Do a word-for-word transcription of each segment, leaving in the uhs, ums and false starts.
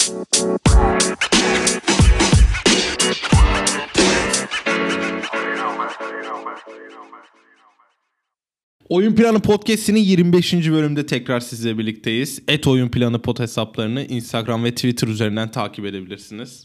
Oyun Planı Podcast'inin yirmi beşinci bölümde tekrar sizle birlikteyiz. Et Oyun Planı Pod hesaplarını Instagram ve Twitter üzerinden takip edebilirsiniz.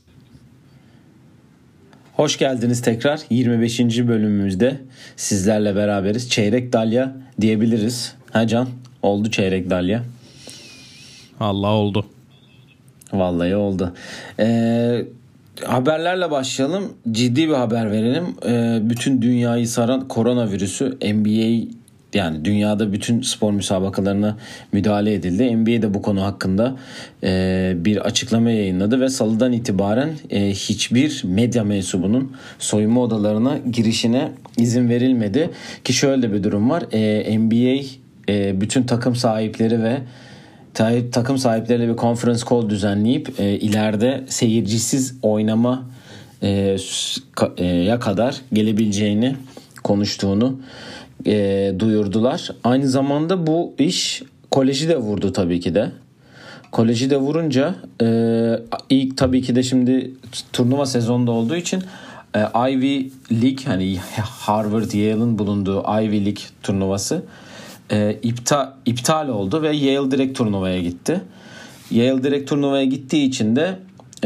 Hoş geldiniz tekrar. yirmi beşinci bölümümüzde sizlerle beraberiz. Çeyrek dalya diyebiliriz. Ha Can? Oldu çeyrek dalya. Allah oldu. Vallahi oldu. Ee, haberlerle başlayalım. Ciddi bir haber verelim. Ee, bütün dünyayı saran koronavirüsü N B A, yani dünyada bütün spor müsabakalarına müdahale edildi. N B A de bu konu hakkında e, bir açıklama yayınladı ve salıdan itibaren e, hiçbir medya mensubunun soyunma odalarına girişine izin verilmedi. Ki şöyle bir durum var. E, N B A e, bütün takım sahipleri ve ta- takım sahipleriyle bir conference call düzenleyip e, ileride seyircisiz oynama e, e, ya kadar gelebileceğini konuştuğunu E, duyurdular. Aynı zamanda bu iş koleji de vurdu tabii ki de. Koleji de vurunca e, ilk tabii ki de şimdi turnuva sezonunda olduğu için e, Ivy League, hani Harvard Yale'ın bulunduğu Ivy League turnuvası e, iptal iptal oldu ve Yale direkt turnuvaya gitti. Yale direkt turnuvaya gittiği için de e,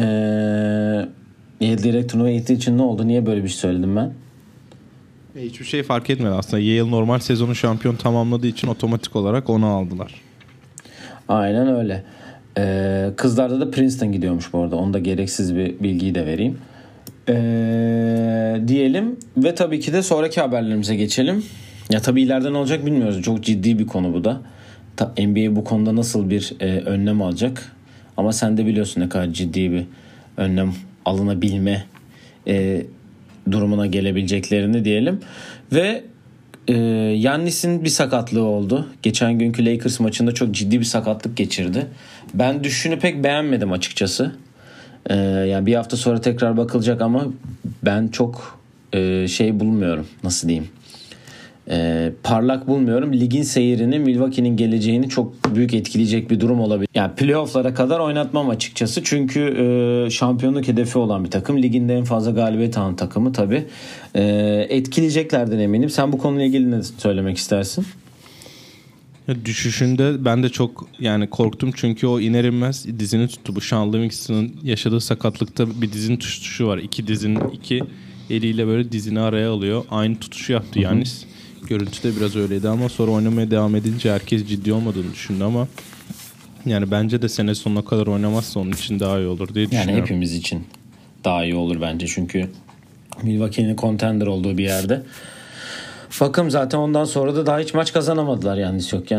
Yale direkt turnuvaya gittiği için ne oldu? Niye böyle bir şey söyledim ben? Hiçbir şey fark etmedi aslında. Yale normal sezonu şampiyon tamamladığı için otomatik olarak onu aldılar. Aynen öyle. Ee, kızlarda da Princeton gidiyormuş bu arada. Onu da gereksiz bir bilgiyi de vereyim. Ee, diyelim ve tabii ki de sonraki haberlerimize geçelim. Ya tabii ileride ne olacak bilmiyoruz. Çok ciddi bir konu bu da. Ta, N B A bu konuda nasıl bir e, önlem alacak? Ama sen de biliyorsun ne kadar ciddi bir önlem alınabilme e, durumuna gelebileceklerini diyelim. Ve e, Yannis'in bir sakatlığı oldu. Geçen günkü Lakers maçında çok ciddi bir sakatlık geçirdi. Ben düşüşünü pek beğenmedim açıkçası. E, yani bir hafta sonra tekrar bakılacak ama ben çok e, şey bulmuyorum. Nasıl diyeyim? E, parlak bulmuyorum. Ligin seyrini, Milwaukee'nin geleceğini çok büyük etkileyecek bir durum olabilir. Yani playoff'lara kadar oynatmam açıkçası. Çünkü e, şampiyonluk hedefi olan bir takım. Liginde en fazla galibiyet alan takımı tabii. E, etkileyeceklerden eminim. Sen bu konuyla ilgili ne söylemek istersin? Ya düşüşünde ben de çok yani korktum çünkü o iner inmez dizini tuttu. Bu Sean Livingston'ın yaşadığı sakatlıkta bir dizinin tutuşu var. İki dizinin iki eliyle böyle dizini araya alıyor. Aynı tutuşu yaptı Yannis. Görüntüde biraz öyleydi ama sonra oynamaya devam edince herkes ciddi olmadığını düşündü ama yani bence de sene sonuna kadar oynamazsa onun için daha iyi olur diye düşünüyorum. Yani hepimiz için daha iyi olur bence çünkü Milwaukee'nin contender olduğu bir yerde. Bakın zaten ondan sonra da daha hiç maç kazanamadılar Yannis yokken.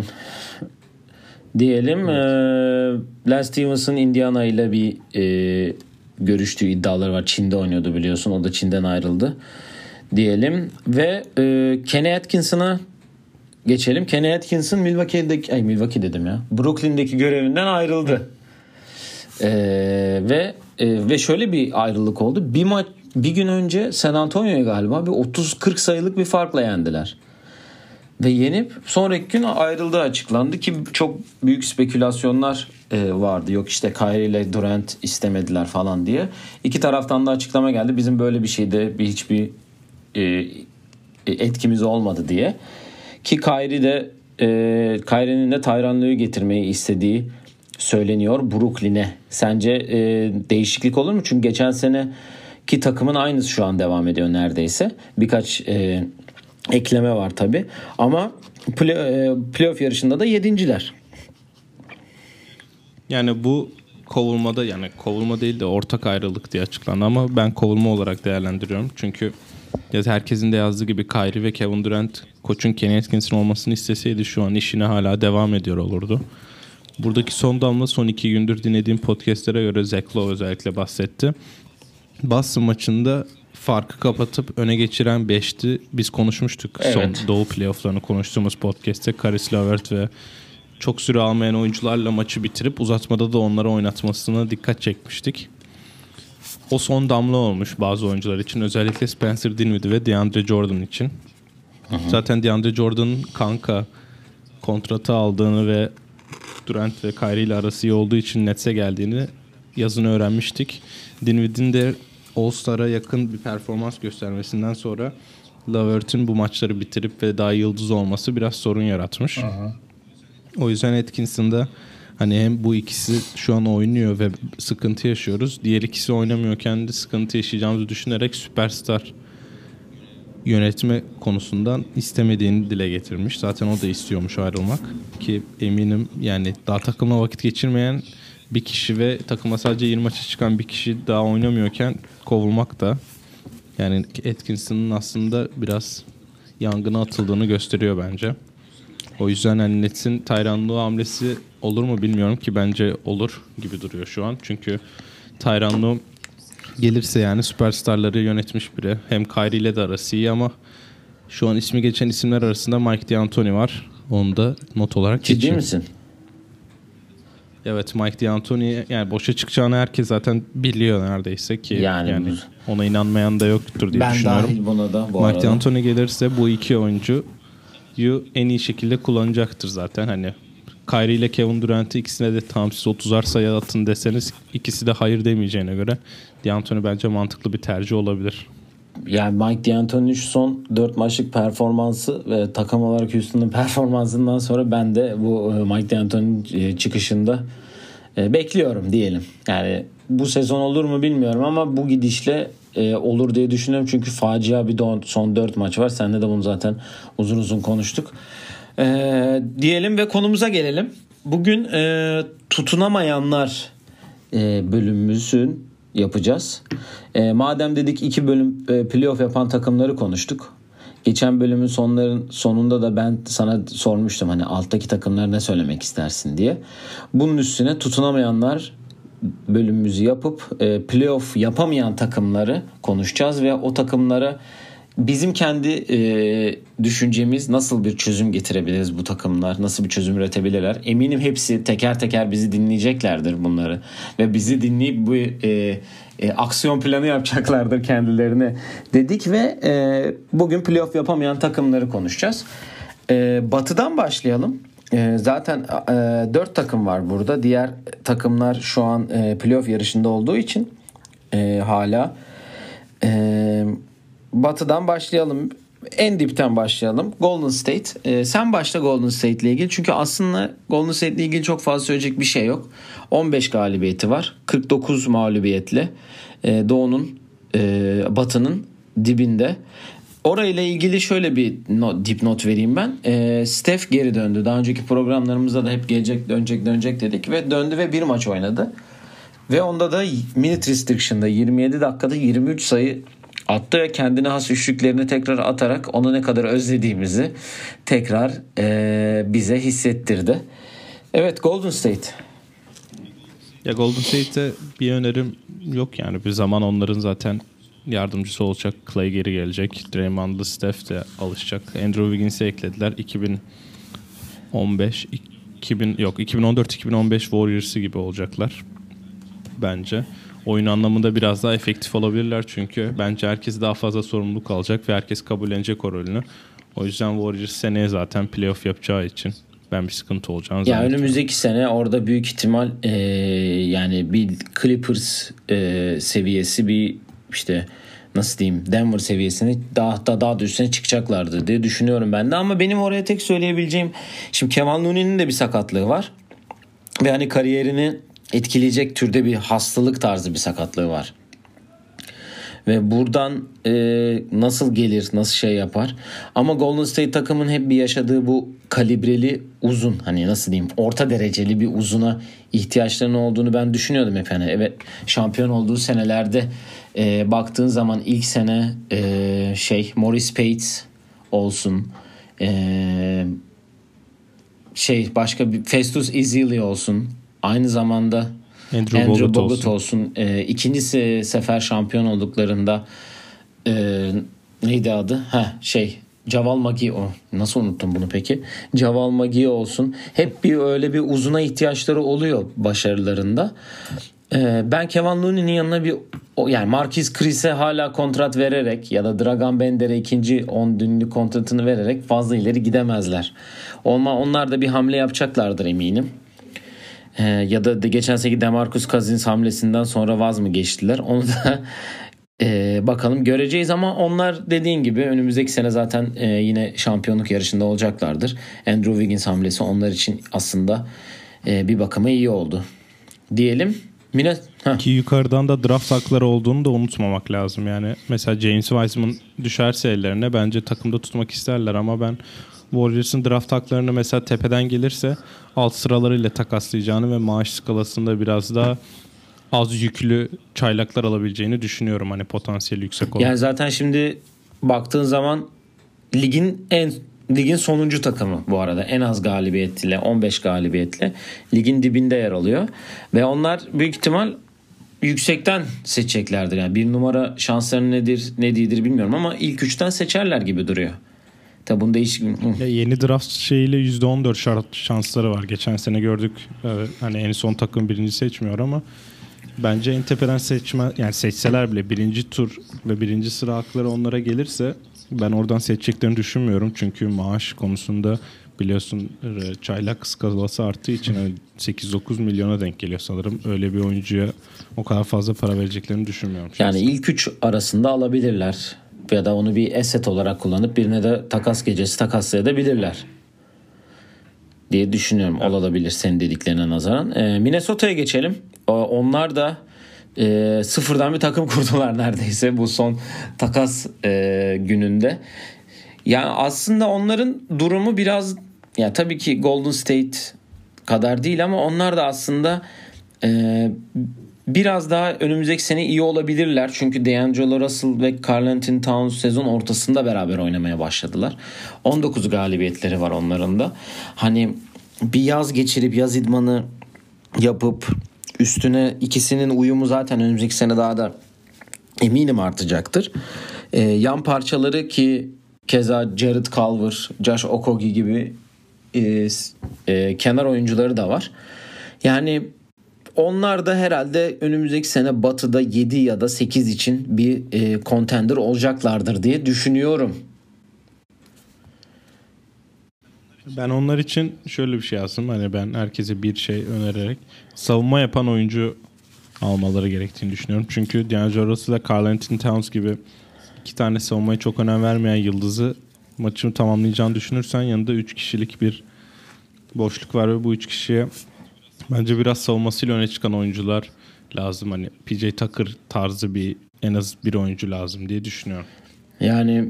Diyelim evet. e, Lance Stevens'ın Indiana ile bir e, görüştüğü iddiaları var. Çin'de oynuyordu biliyorsun. O da Çin'den ayrıldı. Diyelim ve e, Kenny Atkinson'a geçelim. Kenny Atkinson Milwaukee'deki ay Milwaukee dedim ya. Brooklyn'deki görevinden ayrıldı. E, ve e, ve şöyle bir ayrılık oldu. Bir maç bir gün önce San Antonio'ya galiba bir otuz kırk sayılık bir farkla yendiler. Ve yenip sonraki gün ayrıldığı açıklandı ki çok büyük spekülasyonlar e, vardı. Yok işte Kyrie ile Durant istemediler falan diye. İki taraftan da açıklama geldi. Bizim böyle bir şeyde bir hiçbir e, etkimiz olmadı diye. Ki Kyrie de e, Kyrie'nin de Tyronn Lue'yu getirmeyi istediği söyleniyor Brooklyn'e. Sence e, değişiklik olur mu? Çünkü geçen sene ki takımın aynısı şu an devam ediyor neredeyse. Birkaç e, ekleme var tabii. Ama play, e, playoff yarışında da yedinciler. Yani bu kovulmada yani kovulma değil de ortak ayrılık diye açıklandı ama ben kovulma olarak değerlendiriyorum. Çünkü herkesin de yazdığı gibi Kyrie ve Kevin Durant koçun Kenny Atkinson olmasını isteseydi şu an işine hala devam ediyor olurdu. Buradaki son damla son iki gündür dinlediğim podcastlere göre Zach Lowe özellikle bahsetti. Boston maçında farkı kapatıp öne geçiren beşti. Biz konuşmuştuk evet. Son Doğu playofflarını konuştuğumuz podcast'te Caris LeVert ve çok süre almayan oyuncularla maçı bitirip uzatmada da onları oynatmasına dikkat çekmiştik. O son damla olmuş bazı oyuncular için. Özellikle Spencer Dinwiddie ve DeAndre Jordan için. Hı hı. Zaten DeAndre Jordan'ın kanka kontratı aldığını ve Durant ve Kyrie ile arası iyi olduğu için Nets'e geldiğini yazın öğrenmiştik. Dinwiddie'in de All-Star'a yakın bir performans göstermesinden sonra Levert'in bu maçları bitirip ve daha yıldız olması biraz sorun yaratmış. Aha. O yüzden Atkinson'da hani hem bu ikisi şu an oynuyor ve sıkıntı yaşıyoruz. Diğer ikisi oynamıyorken de sıkıntı yaşayacağımızı düşünerek süperstar yönetme konusundan istemediğini dile getirmiş. Zaten o da istiyormuş ayrılmak. Ki eminim yani daha takımla vakit geçirmeyen bir kişi ve takıma sadece yirmi maça çıkan bir kişi daha oynamıyorken kovulmak da yani Atkinson'ın aslında biraz yangına atıldığını gösteriyor bence. O yüzden hani Nets'in Tyronn Lue hamlesi olur mu bilmiyorum ki bence olur gibi duruyor şu an. Çünkü Tyronn Lue gelirse yani süperstarları yönetmiş biri. Hem Kyrie ile de arası iyi ama şu an ismi geçen isimler arasında Mike D'Antoni var. Onu da not olarak Ciddi geçeyim. misin? Evet, Mike D'Antoni yani boşa çıkacağını herkes zaten biliyor neredeyse ki yani, yani ona inanmayan da yoktur diye ben düşünüyorum. Ben dahil buna da bu Mike arada. D'Antoni gelirse bu iki oyuncuyu en iyi şekilde kullanacaktır zaten. Hani Kyrie ile Kevin Durant'i ikisine de tam siz otuzar sayı atın deseniz ikisi de hayır demeyeceğine göre D'Antoni bence mantıklı bir tercih olabilir. Yani Mike D'Antoni'nin şu son dört maçlık performansı ve takım olarak Houston'ın performansından sonra ben de bu Mike D'Antoni'nin çıkışında bekliyorum diyelim. Yani bu sezon olur mu bilmiyorum ama bu gidişle olur diye düşünüyorum. Çünkü facia bir son dört maç var. Seninle de bunu zaten uzun uzun konuştuk. Ee, diyelim ve konumuza gelelim. Bugün e, tutunamayanlar e, bölümümüzün yapacağız. E, madem dedik iki bölüm e, playoff yapan takımları konuştuk. Geçen bölümün sonların sonunda da ben sana sormuştum hani alttaki takımlar ne söylemek istersin diye. Bunun üstüne tutunamayanlar bölümümüzü yapıp e, playoff yapamayan takımları konuşacağız ve o takımlara bizim kendi e, düşüncemiz nasıl bir çözüm getirebiliriz bu takımlar, nasıl bir çözüm üretebilirler. Eminim hepsi teker teker bizi dinleyeceklerdir bunları ve bizi dinleyip bu e, e, aksiyon planı yapacaklardır kendilerine dedik ve e, bugün playoff yapamayan takımları konuşacağız. E, batı'dan başlayalım. E, zaten e, dört takım var burada. Diğer takımlar şu an e, playoff yarışında olduğu için e, hala e, Batı'dan başlayalım. En dipten başlayalım. Golden State. Ee, sen başla Golden State ile ilgili. Çünkü aslında Golden State ile ilgili çok fazla söyleyecek bir şey yok. on beş galibiyeti var. kırk dokuz mağlubiyetle. Ee, Doğu'nun, e, Batı'nın dibinde. Orayla ilgili şöyle bir not, dipnot vereyim ben. Ee, Steph geri döndü. Daha önceki programlarımızda da hep gelecek, dönecek, dönecek dedik. Ve döndü ve bir maç oynadı. Ve onda da minute restriction'da yirmi yedi dakikada yirmi üç sayı attı ve kendine has üçlüklerini tekrar atarak onu ne kadar özlediğimizi tekrar e, bize hissettirdi. Evet, Golden State. Ya Golden State'e bir önerim yok yani. Bir zaman onların zaten yardımcısı olacak. Clay geri gelecek. Draymond'lı Steph de alışacak. Andrew Wiggins'i eklediler. iki bin on beş iki bin yok iki bin on dört iki bin on beş Warriors'ı gibi olacaklar bence. Oyun anlamında biraz daha efektif olabilirler çünkü bence herkes daha fazla sorumluluk alacak ve herkes kabullenecek o rolünü. O yüzden Warriors seneye zaten playoff yapacağı için ben bir sıkıntı olacağını zannediyorum. Ya önümüzdeki sene orada büyük ihtimal e, yani bir Clippers e, seviyesi bir işte nasıl diyeyim Denver seviyesine daha da daha da üstüne çıkacaklardı diye düşünüyorum ben de ama benim oraya tek söyleyebileceğim şimdi Kevin Looney'nin de bir sakatlığı var ve hani kariyerini etkileyecek türde bir hastalık tarzı bir sakatlığı var. Ve buradan e, nasıl gelir, nasıl şey yapar. Ama Golden State takımın hep bir yaşadığı bu kalibreli uzun, hani nasıl diyeyim, orta dereceli bir uzuna ihtiyaçlarının olduğunu ben düşünüyordum hep. Yani evet, şampiyon olduğu senelerde e, baktığın zaman ilk sene e, şey Morris Pates olsun, e, şey başka bir Festus Ezeli olsun. Aynı zamanda Andrew, Andrew Bogut, Bogut olsun. olsun. E, ikinci sefer şampiyon olduklarında e, neydi adı? Ha şey Javal McGee o. Nasıl unuttum bunu peki? Javal McGee olsun. Hep bir öyle bir uzuna ihtiyaçları oluyor başarılarında. E, ben Kevin Looney'nin yanına bir yani Marquise Chris'e hala kontrat vererek ya da Dragan Bender'e ikinci on günlük kontratını vererek fazla ileri gidemezler. Onlar, onlar da bir hamle yapacaklardır eminim. Ee, ya da de geçen seneki DeMarcus Cousins hamlesinden sonra vaz mı geçtiler? Onu da e, bakalım göreceğiz ama onlar dediğin gibi önümüzdeki sene zaten e, yine şampiyonluk yarışında olacaklardır. Andrew Wiggins hamlesi onlar için aslında e, bir bakıma iyi oldu. Diyelim. Mine Heh. Ki yukarıdan da draft hakları olduğunu da unutmamak lazım. Yani mesela James Wiseman düşerse ellerine bence takımda tutmak isterler ama ben Warriors'ın draft haklarını mesela tepeden gelirse alt sıralarıyla takaslayacağını ve maaş skalasında biraz daha az yüklü çaylaklar alabileceğini düşünüyorum. Hani potansiyeli yüksek olan. Yani zaten şimdi baktığın zaman ligin en ligin sonuncu takımı bu arada. En az galibiyetle on beş galibiyetle ligin dibinde yer alıyor. Ve onlar büyük ihtimal yüksekten seçeceklerdir. Yani bir numara şansları nedir ne değildir bilmiyorum ama ilk üçten seçerler gibi duruyor. Tabi bunda hiç... Ya yeni draft şeyiyle yüzde on dört şart şansları var. Geçen sene gördük. Evet, hani en son takım birinci seçmiyor ama bence en tepeden seçme yani seçseler bile birinci tur ve birinci sıra hakları onlara gelirse ben oradan seçeceklerini düşünmüyorum. Çünkü maaş konusunda biliyorsun çaylak skalası arttığı için sekiz dokuz milyona denk geliyor sanırım. Öyle bir oyuncuya o kadar fazla para vereceklerini düşünmüyorum. Yani ilk üç arasında alabilirler. Ya da onu bir asset olarak kullanıp birine de takas gecesi takaslayabilirler diye düşünüyorum. Evet. Olabilir senin dediklerine nazaran. Ee, Minnesota'ya geçelim. Onlar da e, sıfırdan bir takım kurdular neredeyse bu son takas e, gününde. Yani aslında onların durumu biraz ya tabii ki Golden State kadar değil ama onlar da aslında e, biraz daha önümüzdeki sene iyi olabilirler. Çünkü D'Angelo Russell ve Karl-Anthony Towns sezon ortasında beraber oynamaya başladılar. on dokuz galibiyetleri var onların da. Hani bir yaz geçirip yaz idmanı yapıp üstüne ikisinin uyumu zaten önümüzdeki sene daha da eminim artacaktır. Ee, yan parçaları ki keza Jared Culver, Josh Okogie gibi e, e, kenar oyuncuları da var. Yani onlar da herhalde önümüzdeki sene Batı'da yedi ya da sekiz için bir e, contender olacaklardır diye düşünüyorum. Ben onlar için şöyle bir şey yazdım. Hani ben herkese bir şey önererek savunma yapan oyuncu almaları gerektiğini düşünüyorum. Çünkü D'Angelo Russell ile Karl-Anthony Towns gibi iki tane savunmaya çok önem vermeyen yıldızı maçını tamamlayacağını düşünürsen yanında üç kişilik bir boşluk var ve bu üç kişiye bence biraz savunmasıyla öne çıkan oyuncular lazım. Hani P J Tucker tarzı bir en az bir oyuncu lazım diye düşünüyorum. Yani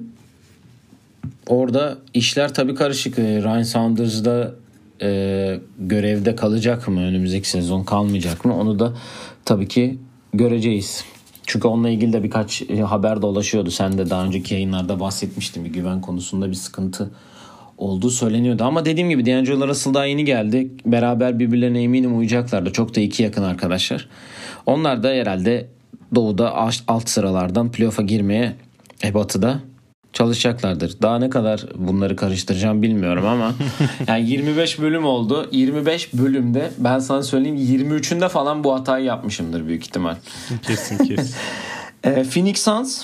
orada işler tabii karışık. Ryan Saunders da e, görevde kalacak mı? Önümüzdeki sezon kalmayacak mı? Onu da tabii ki göreceğiz. Çünkü onunla ilgili de birkaç haber dolaşıyordu. Sen de daha önceki yayınlarda bahsetmiştin. Bir güven konusunda bir sıkıntı olduğu söyleniyordu. Ama dediğim gibi D'Angelo Russell daha yeni geldi. Beraber birbirlerine eminim uyacaklardı. Çok da iki yakın arkadaşlar. Onlar da herhalde Doğu'da alt sıralardan playoff'a girmeye e, Batı'da çalışacaklardır. Daha ne kadar bunları karıştıracağım bilmiyorum ama yani yirmi beş bölüm oldu. yirmi beş bölümde ben sana söyleyeyim yirmi üçünde falan bu hatayı yapmışımdır büyük ihtimal. Kesin kesin. e, Phoenix Suns.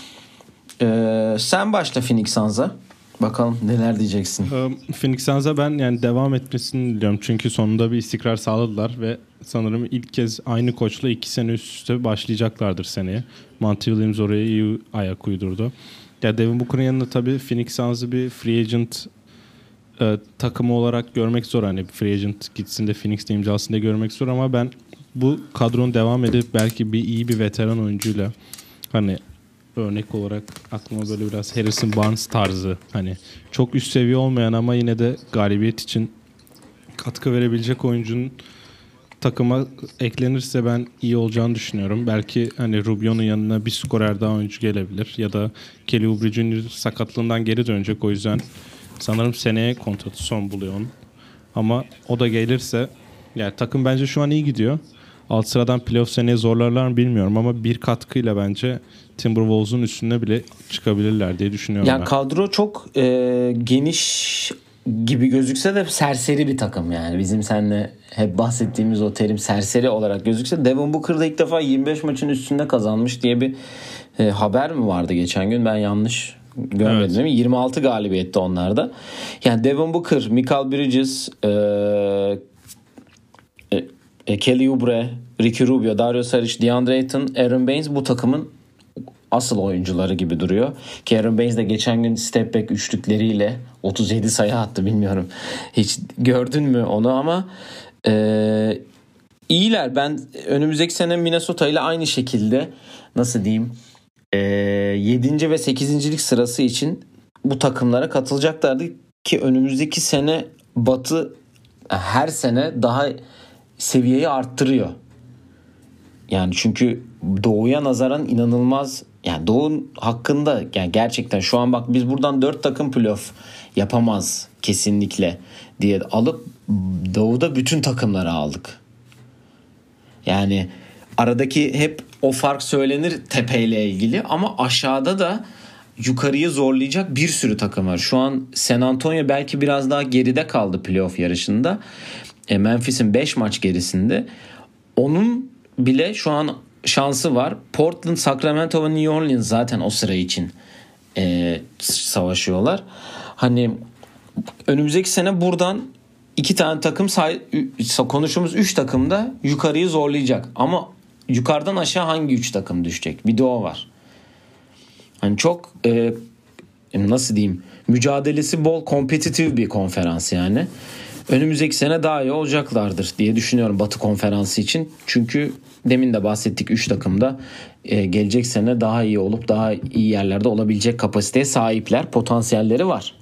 E, sen başla Phoenix Suns'a. Bakalım neler diyeceksin. Phoenix Suns'a ben yani devam etmesini diliyorum. Çünkü sonunda bir istikrar sağladılar ve sanırım ilk kez aynı koçla iki sene üst üste başlayacaklardır seneye. Monty Williams oraya iyi ayak uydurdu. Ya Devin Booker'ın yanında tabii Phoenix Suns'ı bir free agent e, takımı olarak görmek zor. Hani free agent gitsin de Phoenix'te imzasını da görmek zor ama ben bu kadronun devam edip belki bir iyi bir veteran oyuncuyla hani örnek olarak aklıma böyle biraz Harrison Barnes tarzı hani çok üst seviye olmayan ama yine de galibiyet için katkı verebilecek oyuncunun takıma eklenirse ben iyi olacağını düşünüyorum. Belki hani Rubio'nun yanına bir skorer daha oyuncu gelebilir ya da Kelly Oubre Junior sakatlığından geri dönecek. O yüzden sanırım seneye kontratı son buluyor onun. Ama o da gelirse yani takım bence şu an iyi gidiyor. Alt sıradan playoff seneye zorlarlar mı bilmiyorum ama bir katkıyla bence Timberwolves'un üstüne bile çıkabilirler diye düşünüyorum. Yani ben. Kadro çok e, geniş gibi gözükse de serseri bir takım yani. Bizim seninle hep bahsettiğimiz o terim serseri olarak gözükse Devin Booker da ilk defa yirmi beş maçın üstünde kazanmış diye bir e, haber mi vardı geçen gün? Ben yanlış görmedim evet. Değil mi? yirmi altı galibiyette onlarda. Yani Devin Booker, Mikal Bridges, e, e, e, Kelly Oubre, Ricky Rubio, Dario Saric, DeAndre Ayton, Aaron Baines bu takımın asıl oyuncuları gibi duruyor. Ki Aaron Baines de geçen gün step back üçlükleriyle otuz yedi sayı attı, bilmiyorum. Hiç gördün mü onu ama e, iyiler. Ben önümüzdeki sene Minnesota ile aynı şekilde nasıl diyeyim e, yedinci ve sekizincilik sırası için bu takımlara katılacaklardı ki önümüzdeki sene Batı her sene daha seviyeyi arttırıyor. Yani çünkü Doğu'ya nazaran inanılmaz, yani Doğu hakkında yani gerçekten şu an bak biz buradan dört takım playoff yapamaz kesinlikle diye alıp Doğu'da bütün takımları aldık. Yani aradaki hep o fark söylenir tepeyle ilgili ama aşağıda da yukarıyı zorlayacak bir sürü takım var. Şu an San Antonio belki biraz daha geride kaldı playoff yarışında. E, Memphis'in beş maç gerisinde. Onun bile şu an şansı var. Portland, Sacramento ve New Orleans zaten o sıra için e, savaşıyorlar. Hani önümüzdeki sene buradan iki tane takım say- konuştuğumuz üç takım da yukarıyı zorlayacak. Ama yukarıdan aşağı hangi üç takım düşecek? Bir de o var. Hani çok e, nasıl diyeyim mücadelesi bol, kompetitif bir konferans yani. Önümüzdeki sene daha iyi olacaklardır diye düşünüyorum Batı konferansı için. Çünkü demin de bahsettik üç takım da e, gelecek sene daha iyi olup daha iyi yerlerde olabilecek kapasiteye sahipler. Potansiyelleri var.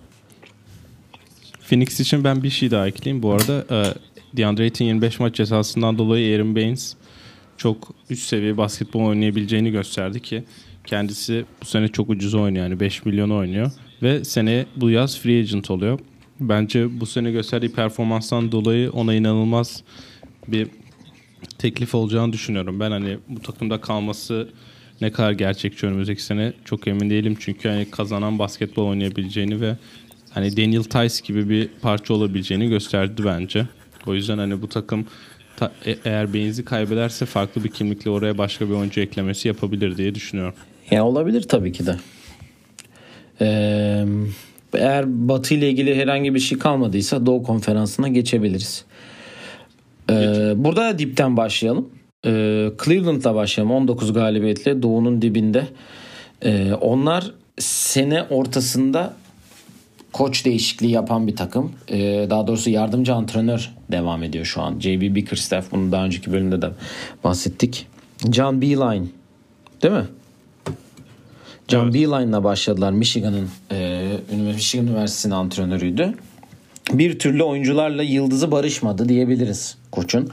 Phoenix için ben bir şey daha ekleyeyim. Bu arada e, DeAndre Ayton yirmi beş maç cezasından dolayı Aaron Baines çok üst seviye basketbol oynayabileceğini gösterdi ki kendisi bu sene çok ucuz oynuyor. Yani beş milyon oynuyor ve seneye bu yaz free agent oluyor. Bence bu sene gösterdiği performanstan dolayı ona inanılmaz bir teklif olacağını düşünüyorum. Ben hani bu takımda kalması ne kadar gerçekçi önümüzdeki sene çok emin değilim. Çünkü hani kazanan basketbol oynayabileceğini ve hani Daniel Tice gibi bir parça olabileceğini gösterdi bence. O yüzden hani bu takım ta, e, eğer Baines'i kaybederse farklı bir kimlikle oraya başka bir oyuncu eklemesi yapabilir diye düşünüyorum. Ya olabilir tabii ki de. Ee, eğer Batı ile ilgili herhangi bir şey kalmadıysa Doğu Konferansı'na geçebiliriz. Ee, burada dipten başlayalım. Ee, Cleveland'la başlayalım. on dokuz galibiyetle Doğu'nun dibinde. Ee, onlar sene ortasında koç değişikliği yapan bir takım. Ee, daha doğrusu yardımcı antrenör devam ediyor şu an. J B Bickerstaff. Bunu daha önceki bölümde de bahsettik. John Beilein. Değil mi? John evet. Beilein'la başladılar. Michigan'ın e, Michigan Üniversitesi'nin antrenörüydü. Bir türlü oyuncularla yıldızı barışmadı diyebiliriz koçun.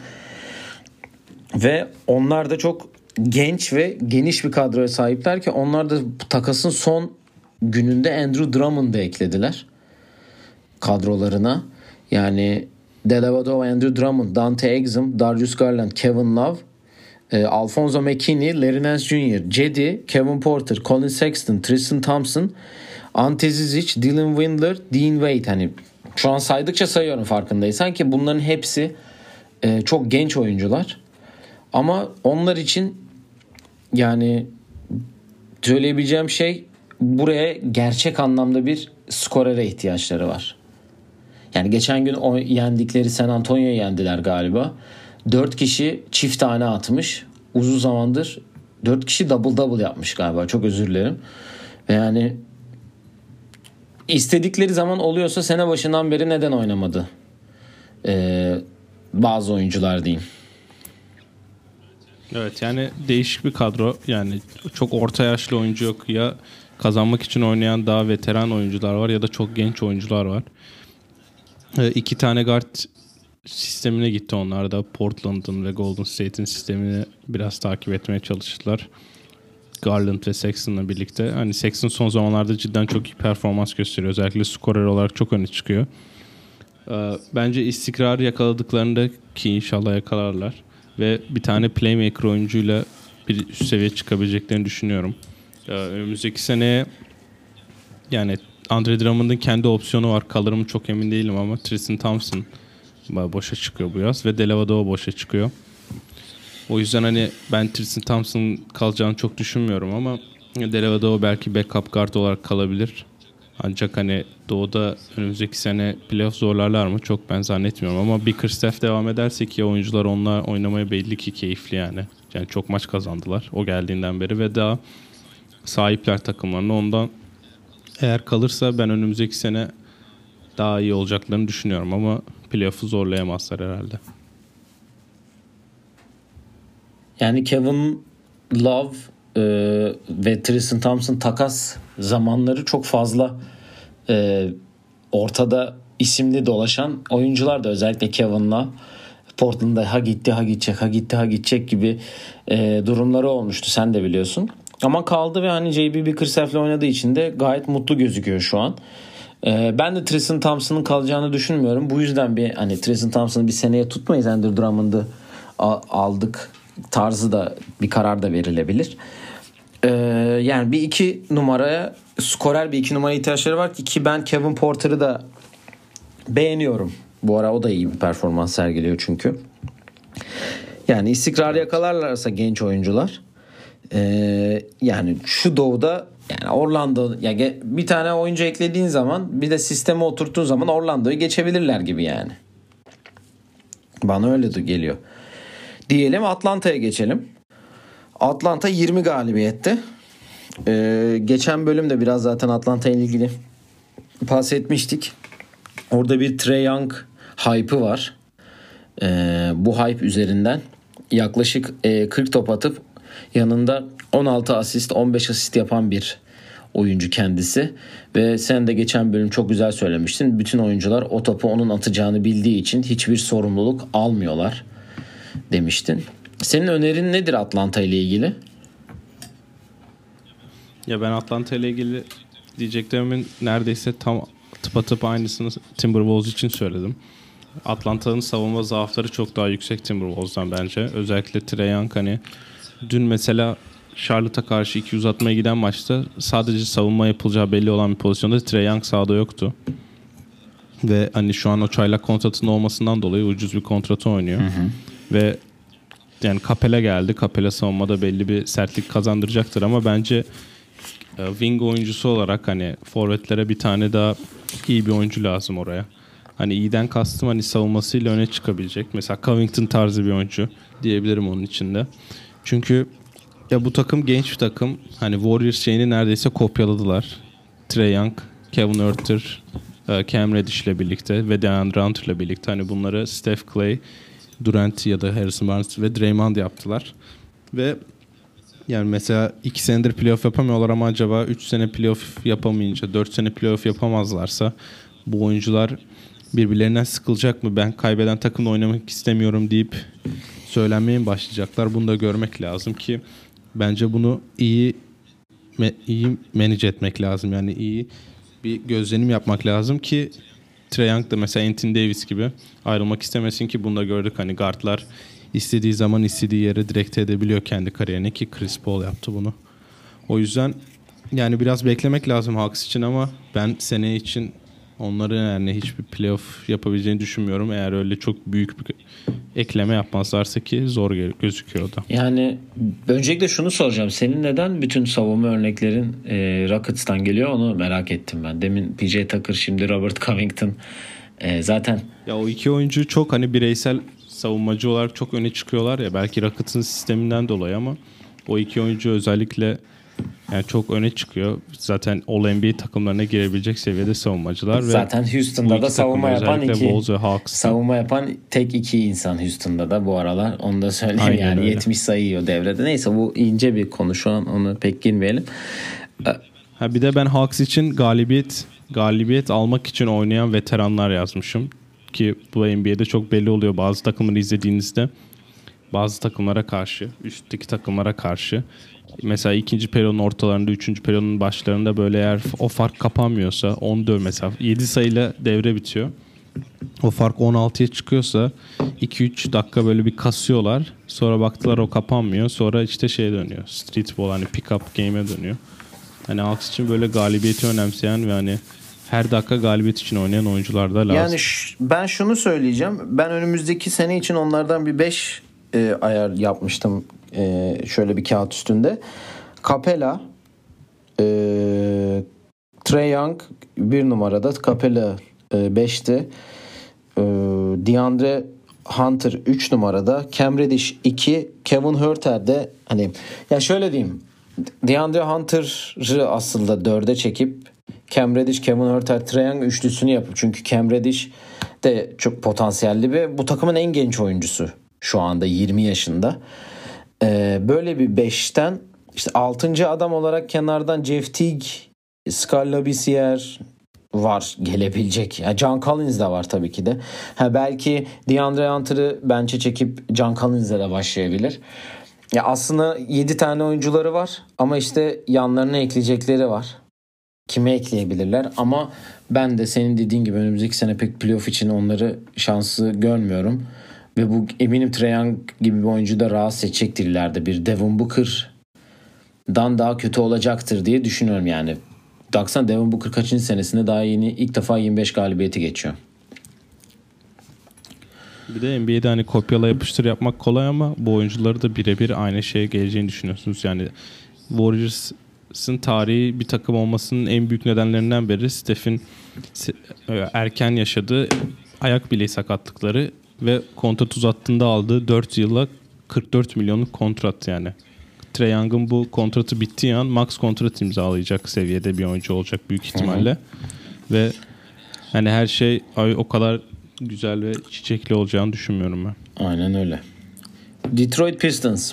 Ve onlar da çok genç ve geniş bir kadroya sahipler ki onlar da takasın son gününde Andrew Drummond'ı eklediler kadrolarına. Yani Dellavedova, Andrew Drummond, Dante Exum, Darius Garland, Kevin Love, e, Alfonso McKinney, Larry Nance Junior, Cedi, Kevin Porter, Colin Sexton, Tristan Thompson, Ante Zizic, Dylan Windler, Dean Wade. Hani şu an saydıkça sayıyorum farkındaysan ki bunların hepsi e, çok genç oyuncular. Ama onlar için yani söyleyebileceğim şey buraya gerçek anlamda bir skorere ihtiyaçları var. Yani geçen gün o yendikleri San Antonio'yu yendiler galiba. dört kişi çift tane atmış. Uzun zamandır dört kişi double double yapmış galiba. Çok özür dilerim. Ve yani istedikleri zaman oluyorsa sene başından beri neden oynamadı? Ee, bazı oyuncular diyeyim. Evet yani değişik bir kadro. Yani çok orta yaşlı oyuncu yok. Ya kazanmak için oynayan daha veteran oyuncular var ya da çok genç oyuncular var. Ee, iki tane guard sistemine gitti onlar da. Portland'ın ve Golden State'in sistemini biraz takip etmeye çalıştılar. Garland ve Sexton'la birlikte. Hani Sexton son zamanlarda cidden çok iyi performans gösteriyor. Özellikle skorer olarak çok öne çıkıyor. Ee, bence istikrarı yakaladıklarında ki inşallah yakalarlar. Ve bir tane playmaker oyuncuyla bir üst seviye çıkabileceklerini düşünüyorum. Ee, önümüzdeki seneye yani Andre Drummond'un kendi opsiyonu var. Kalır mı çok emin değilim ama Tristan Thompson boşa çıkıyor bu yaz ve Dellavedova boşa çıkıyor. O yüzden hani ben Tristan Thompson kalacağını çok düşünmüyorum ama Dellavedova belki backup guard olarak kalabilir. Ancak hani Doğu'da önümüzdeki sene playoff zorlarlar mı? Çok ben zannetmiyorum ama Bickerstaff devam ederse ki oyuncular onunla oynamaya belli ki keyifli yani. Yani çok maç kazandılar o geldiğinden beri ve daha sahipler takımlarını. Ondan eğer kalırsa ben önümüzdeki sene daha iyi olacaklarını düşünüyorum ama playoff'u zorlayamazlar herhalde. Yani Kevin Love e, ve Tristan Thompson takas zamanları çok fazla e, ortada isimli dolaşan oyuncular da, özellikle Kevin Love Portland'da ha gitti ha gidecek ha gitti ha gidecek gibi e, durumları olmuştu, sen de biliyorsun. Ama kaldı ve hani J B Bickerstaff'le oynadığı için de gayet mutlu gözüküyor şu an. E, ben de Tristan Thompson'ın kalacağını düşünmüyorum. Bu yüzden bir hani Tristan Thompson'ı bir seneye tutmayız, Andrew Drummond'ı aldık tarzı da bir karar da verilebilir. Ee, yani bir iki numaraya, skorer bir iki numaraya ihtiyaçları var ki, ki ben Kevin Porter'ı da beğeniyorum. Bu ara o da iyi bir performans sergiliyor çünkü. Yani istikrar yakalarlarsa genç oyuncular, ee, yani şu Doğu'da yani Orlando, ya bir tane oyuncu eklediğin zaman, bir de sisteme oturttuğun zaman Orlando'yu geçebilirler gibi yani. Bana öyle de geliyor. Diyelim Atlanta'ya geçelim. Atlanta yirmi galibiyette. Ee, geçen bölümde biraz zaten Atlanta ile ilgili bahsetmiştik. Orada bir Trae Young hype'ı var. Ee, bu hype üzerinden yaklaşık e, kırk top atıp yanında on altı asist, on beş asist yapan bir oyuncu kendisi. Ve sen de geçen bölüm çok güzel söylemiştin. Bütün oyuncular o topu onun atacağını bildiği için hiçbir sorumluluk almıyorlar demiştin. Senin önerin nedir Atlanta ile ilgili? Ya ben Atlanta ile ilgili diyeceklerimin neredeyse tam tıpatıp aynısını Timberwolves için söyledim. Atlanta'nın savunma zaafları çok daha yüksek Timberwolves'dan bence. Özellikle Trae Young, hani dün mesela Charlotte'a karşı iki uzatmaya giden maçta sadece savunma yapılacağı belli olan bir pozisyonda Trae Young sahada yoktu. Ve hani şu an o çaylak kontratının olmasından dolayı ucuz bir kontratı oynuyor. Hı hı. Ve yani Capela geldi. Capela savunmada belli bir sertlik kazandıracaktır ama bence e, wing oyuncusu olarak hani forvetlere bir tane daha iyi bir oyuncu lazım oraya. Hani iyiden kastım hani savunmasıyla öne çıkabilecek. Mesela Covington tarzı bir oyuncu diyebilirim onun içinde. Çünkü ya bu takım genç bir takım. Hani Warriors şeyini neredeyse kopyaladılar. Trae Young, Kevin Huerter, Cam Reddish ile birlikte ve DeAndre Hunter ile birlikte hani bunları Steph Clay, Durant ya da Harrison Barnes ve Draymond yaptılar. Ve yani mesela iki senedir playoff yapamıyorlar ama acaba üç sene playoff yapamayınca, dört sene playoff yapamazlarsa bu oyuncular birbirlerinden sıkılacak mı? Ben kaybeden takımla oynamak istemiyorum deyip söylenmeye mi başlayacaklar? Bunu da görmek lazım ki bence bunu iyi iyi manage etmek lazım. Yani iyi bir gözlenim yapmak lazım ki Trae Young da mesela Anthony Davis gibi ayrılmak istemesin ki bunu da gördük. Hani guardlar istediği zaman istediği yere direkt edebiliyor kendi kariyerini ki Chris Paul yaptı bunu. O yüzden yani biraz beklemek lazım Hawks için ama ben seneye için onların yani hiçbir playoff yapabileceğini düşünmüyorum. Eğer öyle çok büyük bir ekleme yapmazlarsa ki zor gözüküyor da. Yani öncelikle şunu soracağım. Senin neden bütün savunma örneklerin e, Rockets'tan geliyor, onu merak ettim ben. Demin P J Tucker, şimdi Robert Covington. E, zaten ya o iki oyuncu çok hani bireysel savunmacı olarak çok öne çıkıyorlar ya, belki Rockets'ın sisteminden dolayı ama o iki oyuncu özellikle yani çok öne çıkıyor. Zaten All-N B A takımlarına girebilecek seviyede savunmacılar. Zaten ve Houston'da da savunma yapan iki Hawks, savunma yapan tek iki insan Houston'da da bu aralar. Onu da söyleyeyim. Aynen yani öyle. yetmiş sayı yiyor devrede. Neyse bu ince bir konu, şu an onu pek girmeyelim. Ha bir de ben Hawks için galibiyet galibiyet almak için oynayan veteranlar yazmışım ki bu N B A'de çok belli oluyor bazı takımları izlediğinizde. Bazı takımlara karşı, üstteki takımlara karşı. Mesela ikinci periyodun ortalarında, üçüncü periyodun başlarında böyle eğer o fark kapanmıyorsa on dört mesela yedi sayıyla devre bitiyor. O fark on altıya çıkıyorsa iki üç dakika böyle bir kasıyorlar. Sonra baktılar o kapanmıyor. Sonra işte şeye dönüyor. Streetball, hani pick up game'e dönüyor. Hani Hawks için böyle galibiyeti önemseyen ve hani her dakika galibiyet için oynayan oyuncular da lazım. Yani ş- ben şunu söyleyeceğim. Ben önümüzdeki sene için onlardan bir beş e, ayar yapmıştım. E, şöyle bir kağıt üstünde. Capela, e, Trae Young bir numarada, Capella beşte, DeAndre Hunter üç numarada, Cam Reddish iki, Kevin Huerter de hani ya şöyle diyeyim, DeAndre Hunter'ı aslında dörde çekip Cam Reddish, Kevin Huerter, Trae Young üçlüsünü yapıp, çünkü Cam Reddish de çok potansiyelli ve bu takımın en genç oyuncusu şu anda, yirmi yaşında. Ee, böyle bir beşten işte altıncı adam olarak kenardan Jeff Teague, Skal Labissière var gelebilecek. Yani John Collins de var tabii ki de. Ha, belki DeAndre Hunter'ı bench'e çekip John Collins'le de başlayabilir. Ya aslında yedi tane oyuncuları var ama işte yanlarına ekleyecekleri var. Kime ekleyebilirler? Ama ben de senin dediğin gibi önümüzdeki sene pek playoff için onları şansı görmüyorum. Ve bu eminim Trae Young gibi bir oyuncu da rahatsız edecektir ileride. Bir Devin Booker'dan daha kötü olacaktır diye düşünüyorum yani. Baksana, Devin Booker kaçıncı senesinde, daha yeni ilk defa yirmi beş galibiyeti geçiyor. Bir de N B A'de hani kopyala yapıştır yapmak kolay ama bu oyuncuları da birebir aynı şeye geleceğini düşünüyorsunuz. Yani Warriors'ın tarihi bir takım olmasının en büyük nedenlerinden biri Steph'in erken yaşadığı ayak bileği sakatlıkları ve kontrat uzattığında aldığı dört yıla kırk dört milyonluk kontrat yani. Trae Young'ın bu kontratı bittiği an max kontrat imzalayacak seviyede bir oyuncu olacak büyük ihtimalle. Hı-hı. Ve hani her şey o kadar güzel ve çiçekli olacağını düşünmüyorum ben. Aynen öyle. Detroit Pistons.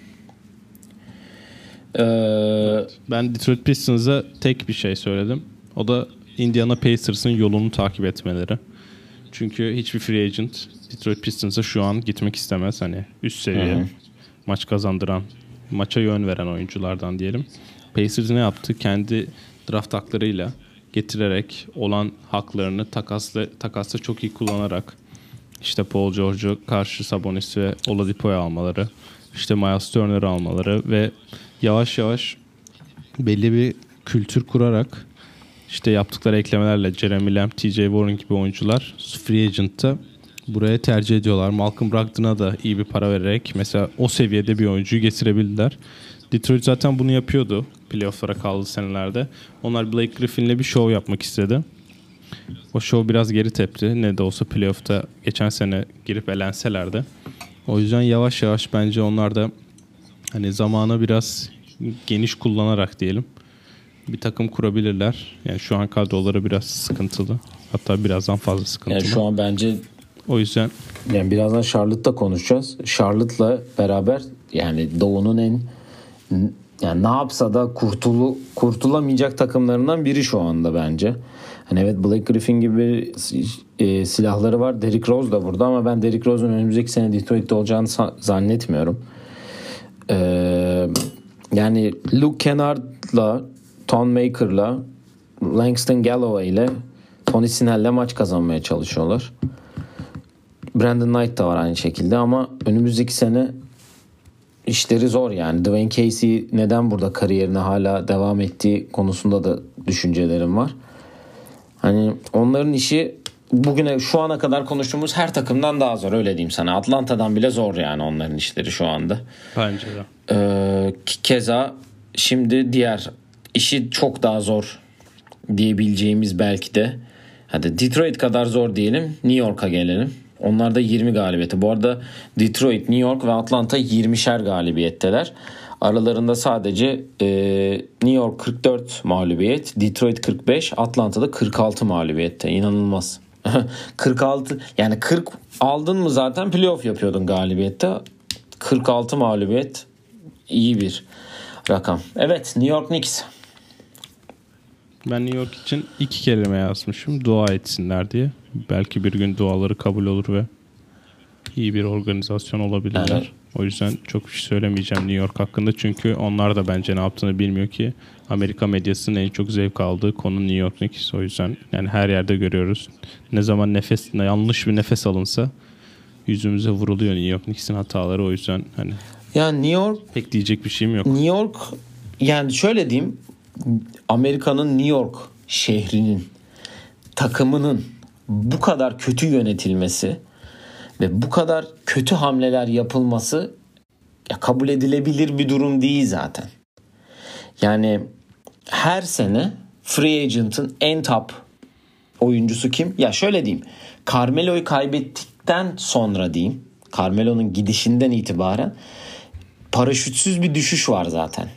Ee... Evet, ben Detroit Pistons'a tek bir şey söyledim. O da Indiana Pacers'ın yolunu takip etmeleri. Çünkü hiçbir free agent Detroit Pistons'a şu an gitmek istemez. Hani üst seviye, Hı-hı. maç kazandıran, maça yön veren oyunculardan diyelim. Pacers ne yaptı? Kendi draft haklarıyla getirerek olan haklarını takasla, takasla çok iyi kullanarak işte Paul George'u karşı Sabonis ve Oladipo'yu almaları, işte Miles Turner'ı almaları ve yavaş yavaş belli bir kültür kurarak işte yaptıkları eklemelerle Jeremy Lamb, T J Warren gibi oyuncular free agent'ta buraya tercih ediyorlar. Malcolm Brogdon'a da iyi bir para vererek mesela o seviyede bir oyuncuyu getirebildiler. Detroit zaten bunu yapıyordu playoff'lara kaldığı senelerde. Onlar Blake Griffin'le bir show yapmak istedi. O show biraz geri tepti. Ne de olsa playoff'ta geçen sene girip elenseler de. O yüzden yavaş yavaş bence onlar da hani zamanı biraz geniş kullanarak diyelim bir takım kurabilirler. Yani şu an kadroları biraz sıkıntılı. Hatta birazdan fazla sıkıntılı. Yani şu an bence o yüzden yani birazdan Charlotte'da konuşacağız. Charlotte'la beraber yani Doğu'nun en yani ne yapsa da kurtulu kurtulamayacak takımlarından biri şu anda bence. Hani evet, Blake Griffin gibi e, silahları var. Derrick Rose da burada ama ben Derrick Rose'un önümüzdeki sene Detroit'te olacağını sa- zannetmiyorum. Ee, yani Luke Kennard'la, Thon Maker'la, Langston Galloway'le, Tony Snell'le maç kazanmaya çalışıyorlar. Brandon Knight da var aynı şekilde ama önümüzdeki sene işleri zor yani. Dwayne Casey neden burada kariyerine hala devam ettiği konusunda da düşüncelerim var. Hani onların işi bugüne şu ana kadar konuştuğumuz her takımdan daha zor, öyle diyeyim sana. Atlanta'dan bile zor yani onların işleri şu anda. Bence de. Ee, keza şimdi diğer işi çok daha zor diyebileceğimiz belki de, hadi Detroit kadar zor diyelim, New York'a gelelim. Onlar da yirmi galibiyeti. Bu arada Detroit, New York ve Atlanta yirmişer galibiyetteler. Aralarında sadece e, New York kırk dört mağlubiyet, Detroit kırk beş, Atlanta'da kırk altı mağlubiyette. İnanılmaz. kırk altı yani kırk aldın mı zaten playoff yapıyordun galibiyette. kırk altı mağlubiyet iyi bir rakam. Evet, New York Knicks. Ben New York için iki kelime yazmışım. Dua etsinler diye. Belki bir gün duaları kabul olur ve iyi bir organizasyon olabilirler. Evet. O yüzden çok bir şey söylemeyeceğim New York hakkında. Çünkü onlar da bence ne yaptığını bilmiyor ki. Amerika medyasının en çok zevk aldığı konu New York Knicks. O yüzden yani her yerde görüyoruz. Ne zaman nefes yanlış bir nefes alınsa yüzümüze vuruluyor New York Knicks'in hataları. O yüzden hani yani New York pek diyecek bir şeyim yok. New York yani şöyle diyeyim, Amerika'nın New York şehrinin takımının bu kadar kötü yönetilmesi ve bu kadar kötü hamleler yapılması ya kabul edilebilir bir durum değil zaten. Yani her sene free agent'ın en top oyuncusu kim? Ya şöyle diyeyim. Carmelo'yu kaybettikten sonra diyeyim. Carmelo'nun gidişinden itibaren paraşütsüz bir düşüş var zaten.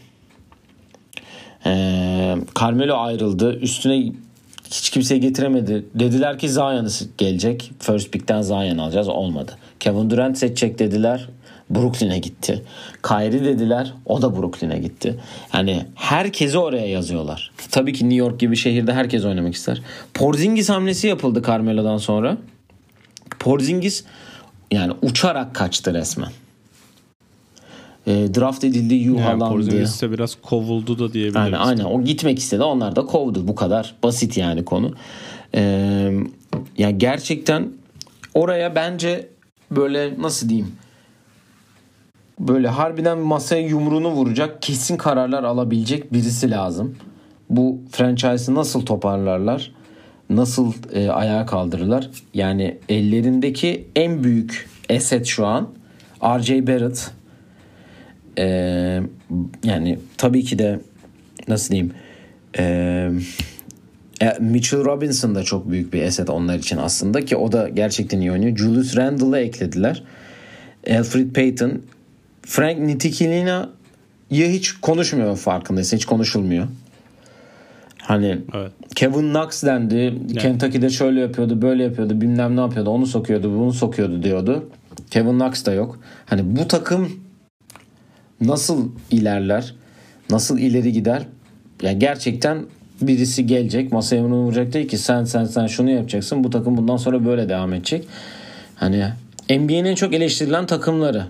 Ee, Carmelo ayrıldı. Üstüne hiç kimse getiremedi. Dediler ki Zion gelecek. First pick'ten Zion alacağız. Olmadı. Kevin Durant seçecek dediler. Brooklyn'e gitti. Kyrie dediler. O da Brooklyn'e gitti. Yani herkesi oraya yazıyorlar. Tabii ki New York gibi şehirde herkes oynamak ister. Porzingis hamlesi yapıldı Carmelo'dan sonra. Porzingis yani uçarak kaçtı resmen. E, draft edildi, yuhalandı. Yani Porzingis ise biraz kovuldu da diyebiliriz. Aynen, aynen. O gitmek istedi. Onlar da kovdu. Bu kadar basit yani konu. E, yani gerçekten oraya bence böyle nasıl diyeyim, böyle harbiden masaya yumruğunu vuracak, kesin kararlar alabilecek birisi lazım. Bu franchise'ı nasıl toparlarlar? Nasıl e, ayağa kaldırırlar? Yani ellerindeki en büyük asset şu an R J Barrett. E, yani tabii ki de nasıl diyeyim, e, Mitchell Robinson da çok büyük bir asset onlar için aslında, ki o da gerçekten iyi oynuyor. Julius Randle'ı eklediler. Elfrid Payton, Frank Ntilikina-yı hiç konuşmuyor, farkındaysan hiç konuşulmuyor. Hani evet. Kevin Knox dendi. Evet. Kentucky'de şöyle yapıyordu, böyle yapıyordu, bilmem ne yapıyordu, onu sokuyordu, bunu sokuyordu diyordu. Kevin Knox da yok. Hani bu takım nasıl ilerler? Nasıl ileri gider? Yani gerçekten birisi gelecek, masaya bunu vuracak, değil ki sen sen sen şunu yapacaksın. Bu takım bundan sonra böyle devam edecek. Hani N B A'nin en çok eleştirilen takımları.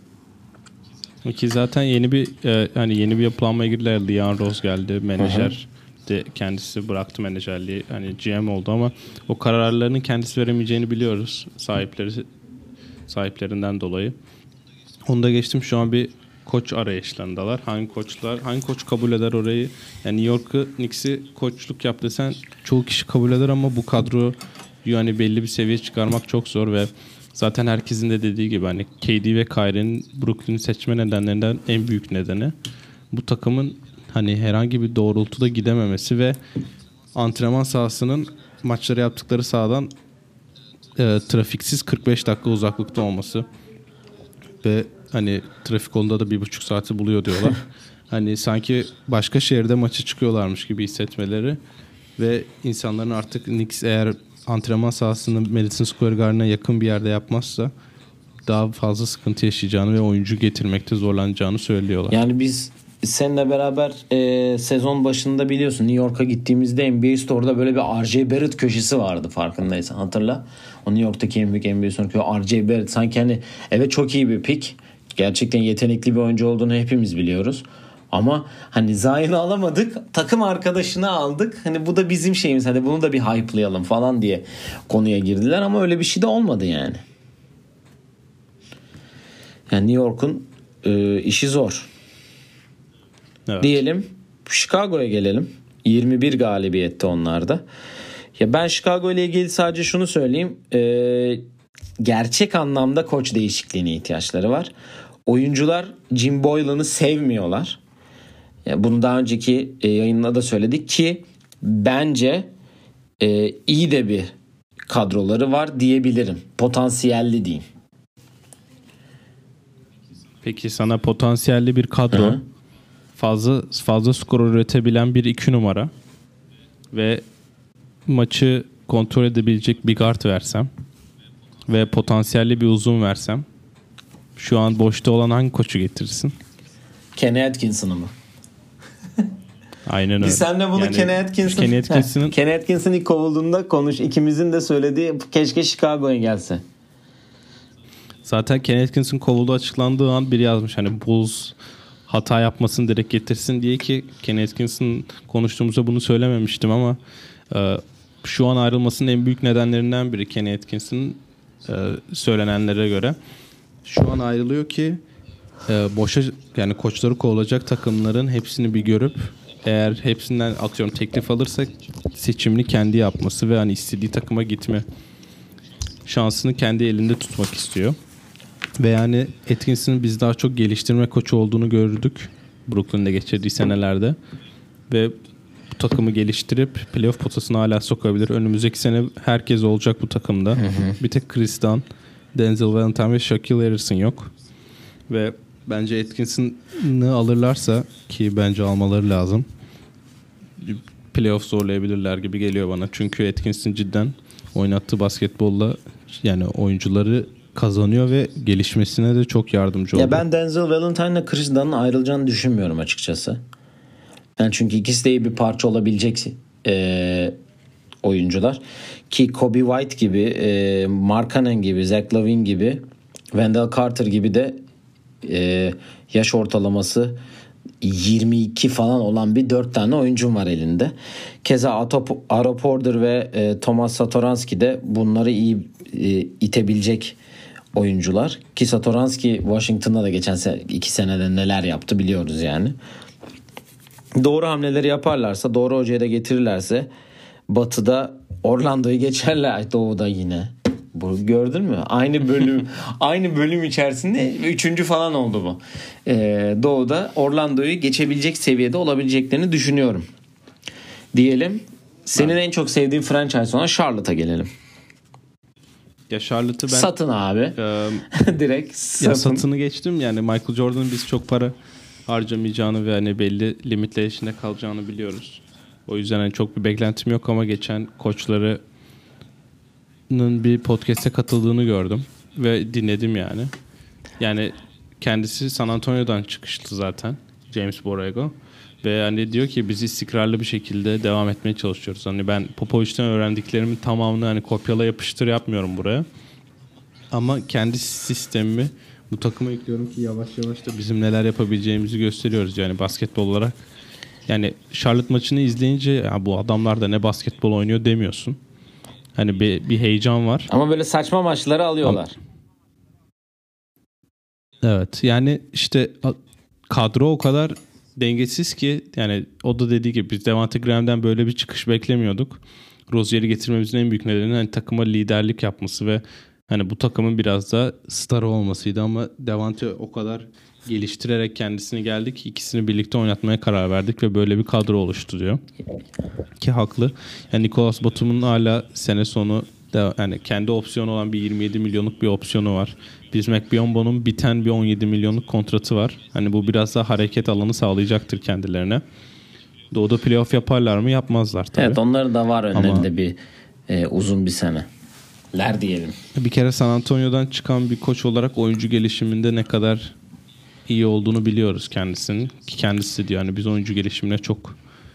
Ki zaten yeni bir e, hani yeni bir yapılanmaya girdiler. Leon Rose geldi, menajer de kendisi bıraktı menajerliği. Hani G M oldu ama o kararlarının kendisi veremeyeceğini biliyoruz. Sahipleri sahiplerinden dolayı. Onu da geçtim, şu an bir koç arayışlarındalar. Hangi koçlar, hangi koç kabul eder orayı? Yani New York'u, Knicks'i koçluk yap desen çoğu kişi kabul eder ama bu kadroyu yani belli bir seviye çıkarmak çok zor ve zaten herkesin de dediği gibi hani K D ve Kyrie'nin Brooklyn'i seçme nedenlerinden en büyük nedeni bu takımın hani herhangi bir doğrultuda gidememesi ve antrenman sahasının maçları yaptıkları sahadan e, trafiksiz kırk beş dakika uzaklıkta olması ve hani trafik onda da bir buçuk saati buluyor diyorlar. Hani sanki başka şehirde maçı çıkıyorlarmış gibi hissetmeleri ve insanların artık Knicks eğer antrenman sahasını Madison Square Garden'a yakın bir yerde yapmazsa daha fazla sıkıntı yaşayacağını ve oyuncu getirmekte zorlanacağını söylüyorlar. Yani biz seninle beraber e, sezon başında biliyorsun New York'a gittiğimizde N B A Store'da böyle bir R J Barrett köşesi vardı, farkındaysan hatırla. O New York'taki en büyük N B A Store R J Barrett sanki hani evet çok iyi bir pick. Gerçekten yetenekli bir oyuncu olduğunu hepimiz biliyoruz. Ama hani Zion'ı alamadık, takım arkadaşını aldık. Hani bu da bizim şeyimiz. Hadi bunu da bir hype'layalım falan diye konuya girdiler ama öyle bir şey de olmadı yani. Yani New York'un e, işi zor. Evet. Diyelim Chicago'ya gelelim. yirmi bir galibiyette onlarda. Ya ben Chicago ile ilgili sadece şunu söyleyeyim. E, gerçek anlamda koç değişikliğine ihtiyaçları var. Oyuncular Jim Boylan'ı sevmiyorlar. Ya bunu daha önceki e, yayında da söyledik ki bence e, iyi de bir kadroları var diyebilirim. Potansiyelli diyeyim. Peki sana potansiyelli bir kadro, Hı-hı. fazla fazla skor üretebilen bir iki numara ve maçı kontrol edebilecek bir guard versem ve potansiyelli bir uzun versem, şu an boşta olan hangi koçu getirirsin? Kenny Atkinson'ı mı? Aynen öyle. Biz seninle bunu yani, Kenny Atkinson... Kenny Atkinson'ın... Kenny Atkinson ilk kovulduğunda konuş. İkimizin de söylediği keşke Chicago'ya gelse. Zaten Kenny Atkinson kovulduğu açıklandığı an biri yazmış. Hani Bulls hata yapmasını direkt getirsin diye, ki Kenny Atkinson konuştuğumuzda bunu söylememiştim ama e, şu an ayrılmasının en büyük nedenlerinden biri Kenny Atkinson'ın e, söylenenlere göre. Şu an ayrılıyor ki e, boşa yani koçları kovulacak takımların hepsini bir görüp eğer hepsinden atıyorum teklif alırsa seçimini kendi yapması ve hani istediği takıma gitme şansını kendi elinde tutmak istiyor. Ve yani Atkinson'ın biz daha çok geliştirme koçu olduğunu gördük Brooklyn'de geçirdiği senelerde ve bu takımı geliştirip playoff potasına hala sokabilir. Önümüzdeki sene herkes olacak bu takımda. Hı hı. Bir tek Chris Dunn, Denzel Valentine ve Shaquille Harrison yok. Ve bence Atkinson'ı alırlarsa, ki bence almaları lazım, playoff zorlayabilirler gibi geliyor bana. Çünkü Atkinson cidden oynattığı basketbolla yani oyuncuları kazanıyor ve gelişmesine de çok yardımcı oldu. Ya ben Denzel Valentine ile Chris Dunn'ın ayrılacağını düşünmüyorum açıkçası. Yani çünkü ikisi de iyi bir parça olabilecek e, oyuncular. Ki Kobe White gibi, e, Markkanen gibi, Zach LaVine gibi, Wendell Carter gibi de e, yaş ortalaması yirmi iki falan olan bir dört tane oyuncum var elinde. Keza Aro Porter ve e, Thomas Satoranski de bunları iyi e, itebilecek oyuncular. Ki Satoranski Washington'da da geçen sene, iki senede neler yaptı biliyoruz yani. Doğru hamleleri yaparlarsa, doğru hocaya da getirirlerse Batı'da Orlando'yu geçerler. Doğu'da yine. Bu gördün mü? Aynı bölüm aynı bölüm içerisinde üçüncü falan oldu bu. Ee, Doğu'da Orlando'yu geçebilecek seviyede olabileceklerini düşünüyorum. Diyelim. Senin en çok sevdiğin franchise olan Charlotte'a gelelim. Ya Charlotte'ı ben satın abi. E, direkt satın. Ya satını geçtim. Yani Michael Jordan'ın biz çok para harcamayacağını ve hani belli limitler içinde kalacağını biliyoruz. O yüzden hani çok bir beklentim yok ama geçen koçlarının bir podcast'e katıldığını gördüm ve dinledim yani. Yani kendisi San Antonio'dan çıkıştı zaten, James Borrego. Ve hani diyor ki biz istikrarlı bir şekilde devam etmeye çalışıyoruz. Hani ben Popovich'ten öğrendiklerimin tamamını hani kopyala yapıştır yapmıyorum buraya. Ama kendi sistemimi bu takıma ekliyorum ki yavaş yavaş da bizim neler yapabileceğimizi gösteriyoruz yani basketbol olarak. Yani Charlotte maçını izleyince ya bu adamlar da ne basketbol oynuyor demiyorsun. Hani bir, bir heyecan var. Ama böyle saçma maçları alıyorlar. Evet yani işte kadro o kadar dengesiz ki yani o da dediği gibi biz Devonte Graham'den böyle bir çıkış beklemiyorduk. Rozier'i getirmemizin en büyük nedeni hani takıma liderlik yapması ve hani bu takımın biraz da star olmasıydı ama Devonte o kadar geliştirerek kendisini geldi ki ikisini birlikte oynatmaya karar verdik ve böyle bir kadro oluştu diyor. Ki haklı. Yani Nicolas Batum'un hala sene sonu de, yani kendi opsiyonu olan bir yirmi yedi milyonluk bir opsiyonu var. Bismack Biyombo'nun biten bir on yedi milyonluk kontratı var. Hani bu biraz daha hareket alanı sağlayacaktır kendilerine. Doğu'da playoff yaparlar mı? Yapmazlar tabii. Evet, onların da var önlerinde ama bir e, uzun bir seneler diyelim. Bir kere San Antonio'dan çıkan bir koç olarak oyuncu gelişiminde ne kadar iyi olduğunu biliyoruz kendisinin. Ki kendisi diyor hani biz oyuncu gelişimine çok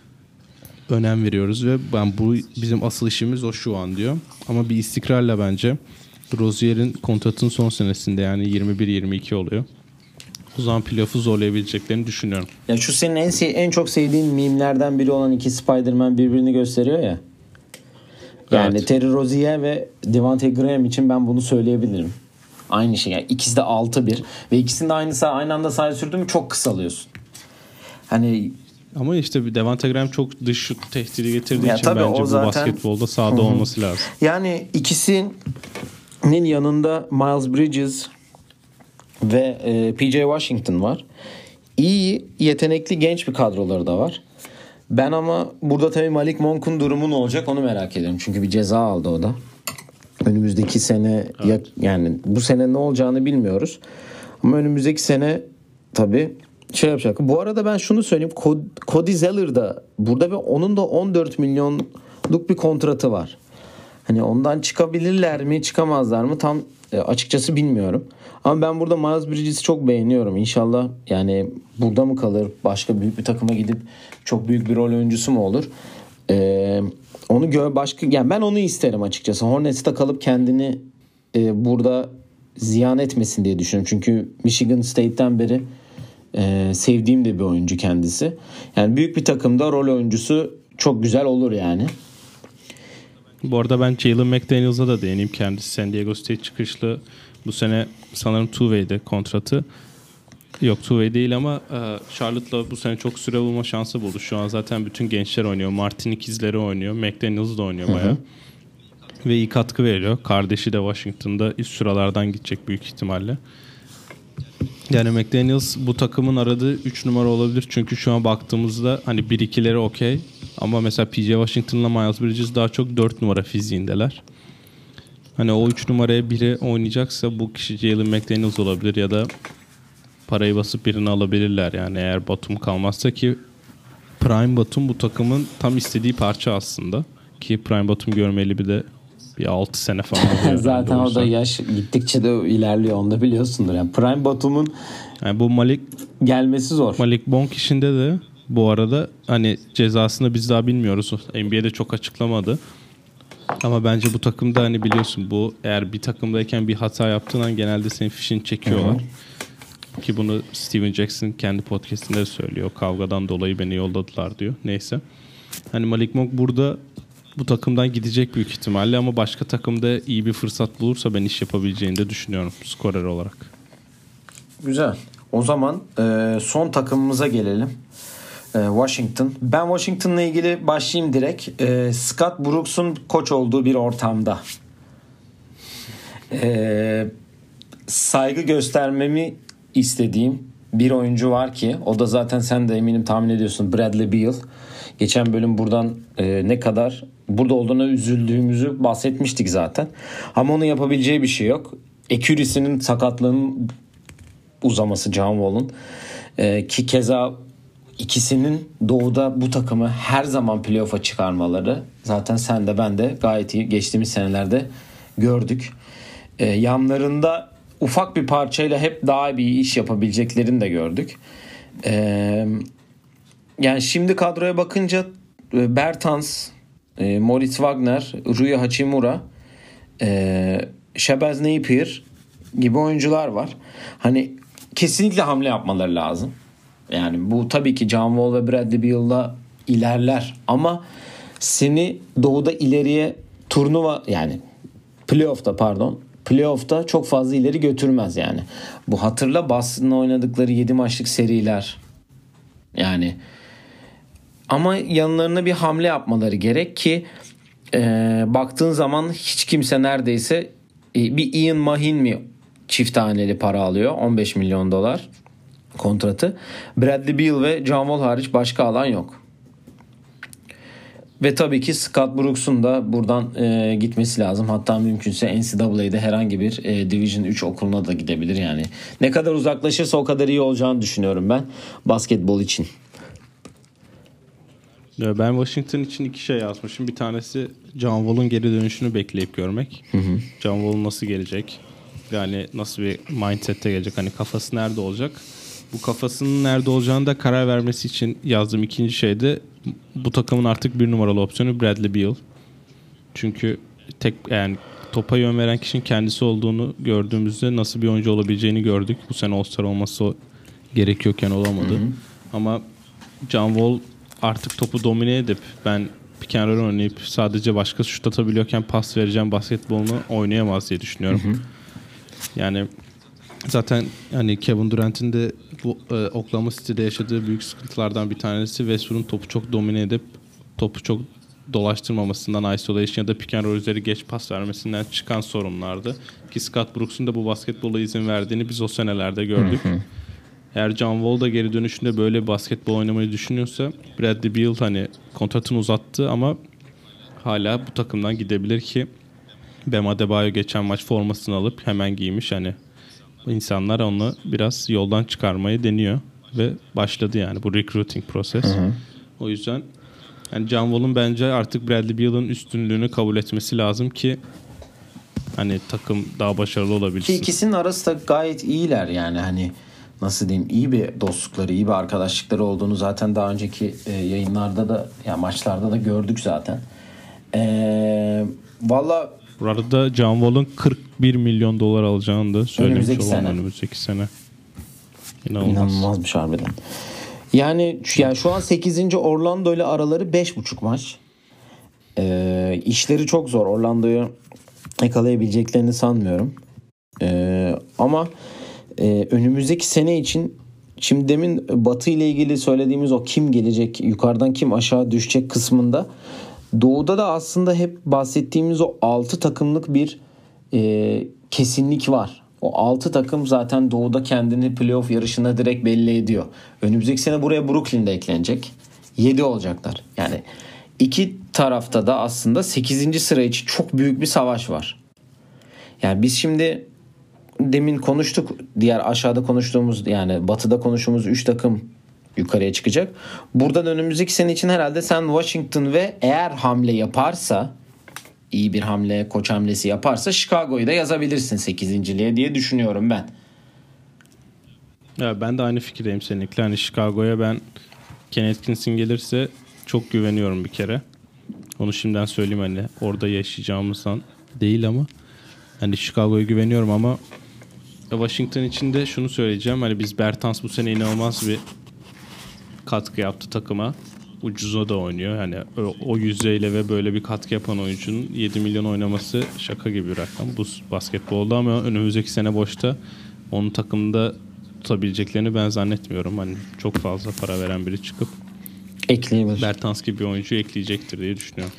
önem veriyoruz ve ben bu bizim asıl işimiz o şu an diyor. Ama bir istikrarla bence Rozier'in kontratın son senesinde yani yirmi bir yirmi iki oluyor. O zaman playoff'u zorlayabileceklerini düşünüyorum. Ya şu senin en en çok sevdiğin mimlerden biri olan iki Spider-Man birbirini gösteriyor ya. Yani evet. Terry Rozier ve Devonte Graham için ben bunu söyleyebilirim. Aynı şey. Yani ikisi de altı bir ve ikisini de aynı aynı anda sahaya sürdün mü çok kısalıyorsun. Hani ama işte Devonte Graham çok dış şut tehdidi getirdiği ya için bence bu zaten basketbolda sahada Hı-hı. olması lazım. Yani ikisinin yanında Miles Bridges ve e, P J Washington var. İyi, yetenekli genç bir kadroları da var. Ben ama burada tabii Malik Monk'un durumu ne olacak onu merak ediyorum. Çünkü bir ceza aldı o da. Önümüzdeki sene evet. ya, yani bu sene ne olacağını bilmiyoruz. Ama önümüzdeki sene tabii şey yapacak. Bu arada ben şunu söyleyeyim. Cody Zeller da burada ve onun da on dört milyonluk bir kontratı var. Hani ondan çıkabilirler mi, çıkamazlar mı tam e, açıkçası bilmiyorum. Ama ben burada Miles Bridges'i çok beğeniyorum. İnşallah yani burada mı kalır, başka büyük bir takıma gidip çok büyük bir rol oyuncusu mu olur? Ee, onu gör başka yani ben onu isterim açıkçası. Hornets'te kalıp kendini e, burada ziyan etmesin diye düşünüyorum. Çünkü Michigan State'ten beri e, sevdiğim de bir oyuncu kendisi. Yani büyük bir takımda rol oyuncusu çok güzel olur yani. Bu arada ben Jalen McDaniels'a da değineyim. Kendisi San Diego State çıkışlı. Bu sene sanırım two-way'de kontratı. Yok two-way değil ama Charlotte'la bu sene çok süre bulma şansı buldu. Şu an zaten bütün gençler oynuyor. Martin ikizleri oynuyor. McDaniels da oynuyor bayağı. Ve iyi katkı veriyor. Kardeşi de Washington'da üst sıralardan gidecek büyük ihtimalle. Yani McDaniels bu takımın aradığı üç numara olabilir. Çünkü şu an baktığımızda hani bir ikileri okey. Ama mesela P J Washington'la Miles Bridges daha çok dört numara fiziğindeler. Hani o üç numaraya biri oynayacaksa bu kişi Jalen McDaniels olabilir ya da parayı basıp birini alabilirler. Yani eğer Batum kalmazsa, ki Prime Batum bu takımın tam istediği parça aslında. Ki Prime Batum görmeli bir de bir altı sene falan. Zaten o da yaş gittikçe de ilerliyor, onu da biliyorsundur. Yani Prime Batum'un yani bu Malik gelmesi zor. Malik Monk işinde de bu arada hani cezasını biz daha bilmiyoruz. N B A'de çok açıklamadı. Ama bence bu takımda hani biliyorsun, bu eğer bir takımdayken bir hata yaptığın an genelde senin fişini çekiyorlar. Hı-hı. Ki bunu Steven Jackson kendi podcast'inde de söylüyor. Kavgadan dolayı beni yolladılar diyor. Neyse. Hani Malik Monk burada bu takımdan gidecek büyük ihtimalle ama başka takımda iyi bir fırsat bulursa ben iş yapabileceğini de düşünüyorum skorer olarak. Güzel. O zaman e, son takımımıza gelelim. E, Washington. Ben Washington'la ilgili başlayayım direkt. E, Scott Brooks'un koç olduğu bir ortamda e, saygı göstermemi istediğim bir oyuncu var ki o da zaten sen de eminim tahmin ediyorsun, Bradley Beal. Geçen bölüm buradan e, ne kadar burada olduğuna üzüldüğümüzü bahsetmiştik zaten. Ama onun yapabileceği bir şey yok. Accuracy'nin sakatlığının uzaması John Wall'un e, ki keza ikisinin doğuda bu takımı her zaman playoff'a çıkarmaları zaten sen de ben de gayet iyi geçtiğimiz senelerde gördük. E, yanlarında ufak bir parçayla hep daha bir iş yapabileceklerini de gördük. E, yani şimdi kadroya bakınca e, Bertans, e, Moritz Wagner, Rui Hachimura, e, Shabazz Napier gibi oyuncular var. Hani kesinlikle hamle yapmaları lazım. Yani bu tabii ki John Wall ve Bradley Beal'la ilerler ama seni doğuda ileriye turnuva yani playoff'ta pardon playoff'ta çok fazla ileri götürmez yani. Bu hatırla Boston'la oynadıkları yedi maçlık seriler. Yani ama yanlarına bir hamle yapmaları gerek ki e, baktığın zaman hiç kimse neredeyse e, bir Ian Mahin mi çift taneli para alıyor, on beş milyon dolar kontratı. Bradley Beal ve John Wall hariç başka alan yok. Ve tabii ki Scott Brooks'un da buradan e, gitmesi lazım. Hatta mümkünse N C A A'de herhangi bir e, Division üç okuluna da gidebilir yani. Ne kadar uzaklaşırsa o kadar iyi olacağını düşünüyorum ben basketbol için. Ben Washington için iki şey yazmışım. Bir tanesi John Wall'un geri dönüşünü bekleyip görmek. Hı hı. John Wall nasıl gelecek? Yani nasıl bir mindsette gelecek? Hani kafası nerede olacak? Bu kafasının nerede olacağını da karar vermesi için yazdığım ikinci şey de bu takımın artık bir numaralı opsiyonu Bradley Beal. Çünkü tek yani topa yön veren kişinin kendisi olduğunu gördüğümüzde nasıl bir oyuncu olabileceğini gördük. Bu sene All-Star olması gerekiyorken olamadı. Hı hı. Ama John Wall artık topu domine edip ben pick and roll oynayıp sadece başka şut atabiliyorken pas vereceğim basketbolunu oynayamaz diye düşünüyorum. Hı hı. Yani zaten hani Kevin Durant'in de bu e, Oklahoma City'de yaşadığı büyük sıkıntılardan bir tanesi Westbrook'un topu çok domine edip topu çok dolaştırmamasından, isolation ya da pick and roll üzeri geç pas vermesinden çıkan sorunlardı. Ki Scott Brooks'un da bu basketbola izin verdiğini biz o senelerde gördük. Hı hı. Eğer John Wall da geri dönüşünde böyle bir basketbol oynamayı düşünüyorsa Bradley Beal hani kontratını uzattı ama hala bu takımdan gidebilir ki Bam Adebayo geçen maç formasını alıp hemen giymiş. Hani insanlar onu biraz yoldan çıkarmayı deniyor ve başladı yani bu recruiting proses. Hı hı. O yüzden yani John Wall'un bence artık Bradley Beal'ın üstünlüğünü kabul etmesi lazım ki hani takım daha başarılı olabilsin. Ki ikisinin arası da gayet iyiler yani hani nasıl diyeyim, iyi bir dostlukları, iyi bir arkadaşlıkları olduğunu zaten daha önceki e, yayınlarda da yani maçlarda da gördük zaten. Eee valla bu arada John Wall'un kırk bir milyon dolar alacağını da söylemiş önümüzdeki olan sene. önümüzdeki sene. İnanılmaz. İnanılmazmış harbiden. Yani, yani şu an sekizinci Orlando ile araları beş buçuk maç. Ee, işleri çok zor. Orlando'yu yakalayabileceklerini sanmıyorum. Ee, ama e, önümüzdeki sene için şimdi demin Batı ile ilgili söylediğimiz o kim gelecek, yukarıdan kim aşağı düşecek kısmında Doğu'da da aslında hep bahsettiğimiz o altı takımlık bir e, kesinlik var. O altı takım zaten Doğu'da kendini playoff yarışına direkt belli ediyor. Önümüzdeki sene buraya Brooklyn de eklenecek. yedi olacaklar. Yani iki tarafta da aslında sekizinci sıra için çok büyük bir savaş var. Yani biz şimdi demin konuştuk, diğer aşağıda konuştuğumuz yani batıda konuştuğumuz üç takım yukarıya çıkacak. Buradan önümüzdeki sene için herhalde sen Washington ve eğer hamle yaparsa, iyi bir hamle, koç hamlesi yaparsa Chicago'yu da yazabilirsin sekizinciliğe diye düşünüyorum ben. Ya ben de aynı fikirdeyim seninle. Hani Chicago'ya ben Ken Atkinson gelirse çok güveniyorum bir kere. Onu şimdiden söyleyeyim, hani orada yaşayacağımızdan değil ama hani Chicago'ya güveniyorum ama Washington için de şunu söyleyeceğim. Hani biz Bertans bu sene inanılmaz bir katkı yaptı takıma. Ucuza da oynuyor. Hani o, o yüzdeyle ve böyle bir katkı yapan oyuncunun yedi milyon oynaması şaka gibi bir rakam. Bu basketbolda ama önümüzdeki sene boşta onun takımda tutabileceklerini ben zannetmiyorum. Hani çok fazla para veren biri çıkıp ekleyebilir. Bertans gibi bir oyuncu ekleyecektir diye düşünüyorum.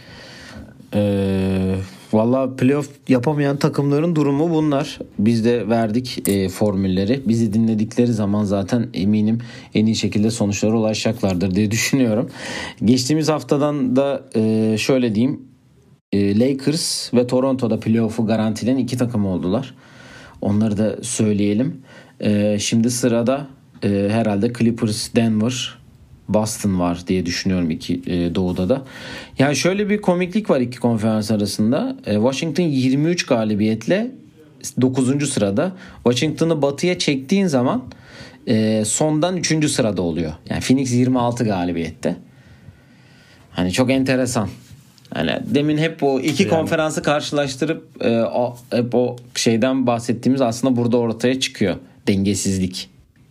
Ee, Valla playoff yapamayan takımların durumu bunlar. Biz de verdik e, formülleri. Bizi dinledikleri zaman zaten eminim en iyi şekilde sonuçlara ulaşacaklardır diye düşünüyorum. Geçtiğimiz haftadan da e, şöyle diyeyim. E, Lakers ve Toronto'da playoff'u garantilen iki takım oldular. Onları da söyleyelim. E, şimdi sırada e, herhalde Clippers, Denver, Boston var diye düşünüyorum iki e, doğuda da. Yani şöyle bir komiklik var iki konferans arasında. E, Washington yirmi üç galibiyetle dokuzuncu sırada. Washington'ı batıya çektiğin zaman e, sondan üçüncü sırada oluyor. Yani Phoenix yirmi altı galibiyette. Hani çok enteresan. Yani demin hep o iki yani konferansı karşılaştırıp e, o, hep o şeyden bahsettiğimiz aslında burada ortaya çıkıyor. Dengesizlik.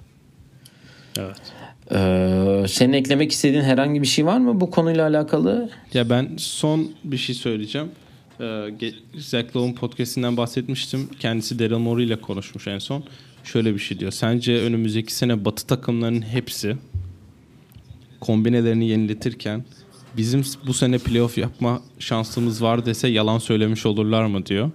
Evet. Ee, senin eklemek istediğin herhangi bir şey var mı bu konuyla alakalı? Ya ben son bir şey söyleyeceğim. Ee, Zach Lowe'un podcast'inden bahsetmiştim. Kendisi Daryl Morey ile konuşmuş en son. Şöyle bir şey diyor. Sence önümüzdeki sene Batı takımlarının hepsi kombinelerini yeniletirken bizim bu sene playoff yapma şansımız var dese yalan söylemiş olurlar mı diyor.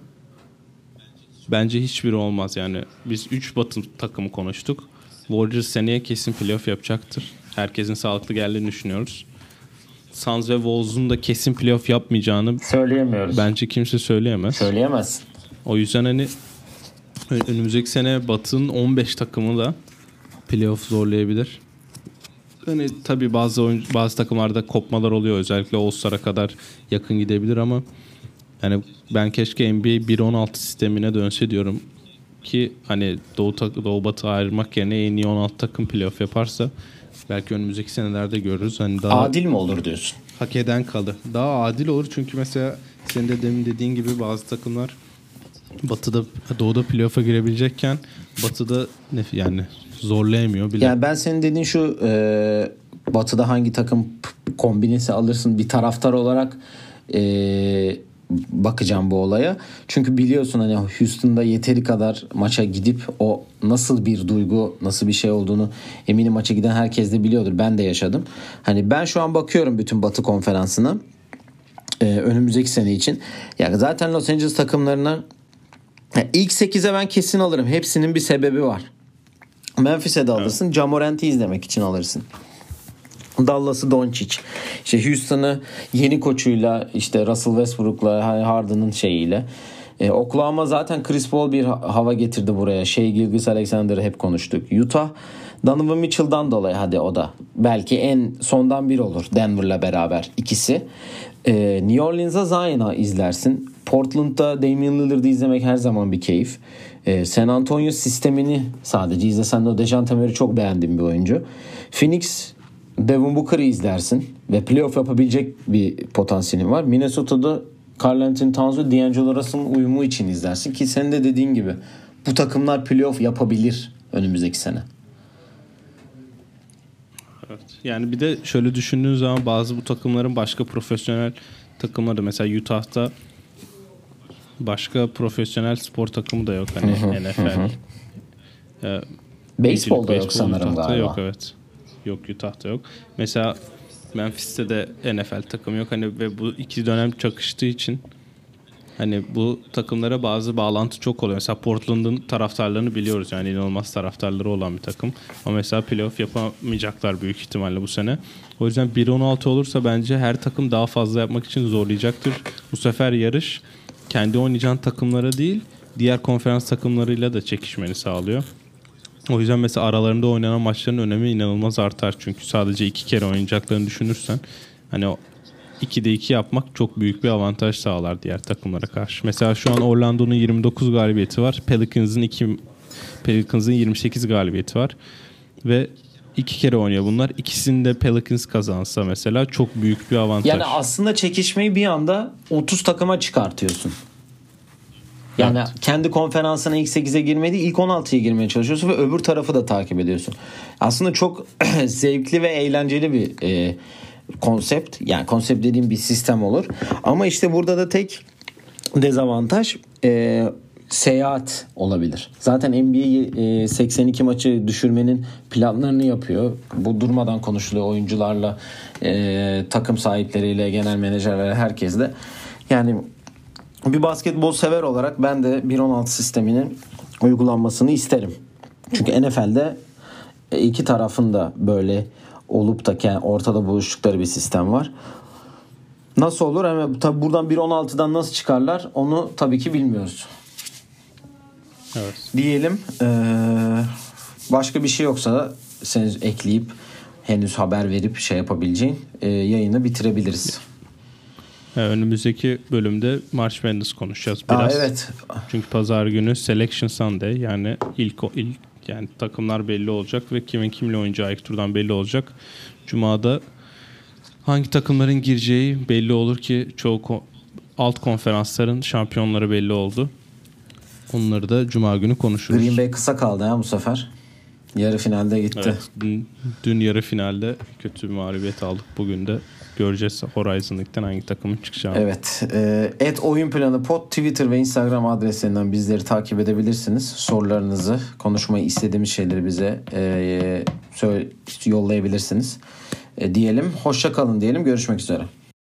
Bence hiçbiri olmaz yani. Biz üç Batı takımı konuştuk. Warriors seneye kesin playoff yapacaktır. Herkesin sağlıklı geldiğini düşünüyoruz. Suns ve Wolves'un da kesin playoff yapmayacağını söyleyemiyoruz. Bence kimse söyleyemez. Söyleyemez. O yüzden hani önümüzdeki sene Batı'nın on beş takımı da playoff zorlayabilir. Hani tabii bazı oyuncu, bazı takımlarda kopmalar oluyor. Özellikle All-Star'a kadar yakın gidebilir ama yani ben keşke N B A bir on altı sistemine dönse diyorum ki hani Doğu, Doğu Batı ayırmak yerine en iyi on altı takım playoff yaparsa belki önümüzdeki senelerde görürüz. Hani daha adil mi olur diyorsun? Hak eden kalır. Daha adil olur çünkü mesela senin de demin dediğin gibi bazı takımlar Batı'da Doğu'da playoff'a girebilecekken Batı'da ne, yani zorlayamıyor bile. Yani ben senin dediğin şu e, Batı'da hangi takım kombinesi alırsın bir taraftar olarak e, bakacağım bu olaya. Çünkü biliyorsun hani Houston'da yeteri kadar maça gidip o nasıl bir duygu, nasıl bir şey olduğunu eminim maça giden herkes de biliyordur. Ben de yaşadım. Hani ben şu an bakıyorum bütün Batı konferansına. Ee, önümüzdeki sene için. Yani zaten Los Angeles takımlarına yani ilk sekize ben kesin alırım. Hepsinin bir sebebi var. Memphis'e de alırsın. Evet. Ja Morant'i izlemek için alırsın. Dallas'ı Doncic. İşte Houston'ı yeni koçuyla işte Russell Westbrook'la Harden'ın şeyiyle. Ee, Oklahoma zaten Chris Paul bir hava getirdi buraya. Shai Gilgeous-Alexander'ı hep konuştuk. Utah Donovan Mitchell'dan dolayı hadi o da. Belki en sondan bir olur Denver'la beraber ikisi. Ee, New Orleans'a Zion'a izlersin. Portland'da Damian Lillard'ı izlemek her zaman bir keyif. Ee, San Antonio sistemini sadece izlesen de Dejounte Murray'i çok beğendiğim bir oyuncu. Phoenix Devin Booker'ı izlersin ve playoff yapabilecek bir potansiyeli var. Minnesota'da Karl Anthony Towns ve D'Angelo Russell'ın uyumu için izlersin ki senin de dediğin gibi bu takımlar playoff yapabilir önümüzdeki sene. Evet. Yani bir de şöyle düşündüğün zaman bazı bu takımların başka profesyonel takımları mesela Utah'ta başka profesyonel spor takımı da yok hani N F L. Ee, Beyzbolda yok sanırım Utah'ta galiba. Yok evet. Yok Utah'ta yok. Mesela Memphis'te de N F L takımı yok hani ve bu iki dönem çakıştığı için hani bu takımlara bazı bağlantı çok oluyor. Mesela Portland'ın taraftarlarını biliyoruz. Yani inanılmaz taraftarları olan bir takım. Ama mesela playoff yapamayacaklar büyük ihtimalle bu sene. O yüzden bir on altı olursa bence her takım daha fazla yapmak için zorlayacaktır. Bu sefer yarış kendi oynayacağın takımlara değil, diğer konferans takımlarıyla da çekişmeni sağlıyor. O yüzden mesela aralarında oynanan maçların önemi inanılmaz artar. Çünkü sadece iki kere oynayacaklarını düşünürsen hani o ikide iki yapmak çok büyük bir avantaj sağlar diğer takımlara karşı. Mesela şu an Orlando'nun yirmi dokuz galibiyeti var. Pelicans'ın iki Pelicans'ın yirmi sekiz galibiyeti var. Ve iki kere oynuyor bunlar. İkisini de Pelicans kazansa mesela çok büyük bir avantaj. Yani aslında çekişmeyi bir anda otuz takıma çıkartıyorsun. Yani evet. Kendi konferansına ilk sekize girmedi, ilk on altıya girmeye çalışıyorsun ve öbür tarafı da takip ediyorsun. Aslında çok zevkli ve eğlenceli bir e, konsept. Yani konsept dediğim bir sistem olur. Ama işte burada da tek dezavantaj e, seyahat olabilir. Zaten N B A e, seksen iki maçı düşürmenin planlarını yapıyor. Bu durmadan konuşuluyor oyuncularla, e, takım sahipleriyle, genel menajerlerle, herkesle. Yani bir basketbol sever olarak ben de bir on altı sisteminin uygulanmasını isterim. Çünkü N F L'de iki tarafın da böyle olup da ortada buluştukları bir sistem var. Nasıl olur? Ama tabii buradan bir on altıdan nasıl çıkarlar onu tabii ki bilmiyoruz. Evet. Diyelim. Ee, başka bir şey yoksa da sen ekleyip henüz haber verip şey yapabileceğin e, yayını bitirebiliriz. Önümüzdeki bölümde March Madness konuşacağız biraz. Aa, evet. Çünkü pazar günü Selection Sunday, yani ilk ilk yani takımlar belli olacak ve kimin kimle oynayacağı ilk turdan belli olacak. Cuma'da hangi takımların gireceği belli olur ki çoğu ko- alt konferansların şampiyonları belli oldu. Onları da Cuma günü konuşuruz. Green Bay kısa kaldı ya bu sefer. Yarı finalde gitti. Evet, dün, dün yarı finalde kötü bir mağlubiyet aldık. Bugün de göreceğiz Horizon League'den hangi takımın çıkacağını. Evet. Et Oyun Planı Pod Twitter ve Instagram adreslerinden bizleri takip edebilirsiniz. Sorularınızı, konuşmayı istediğimiz şeyleri bize e, söyle, yollayabilirsiniz. E, diyelim. Hoşça kalın diyelim. Görüşmek üzere.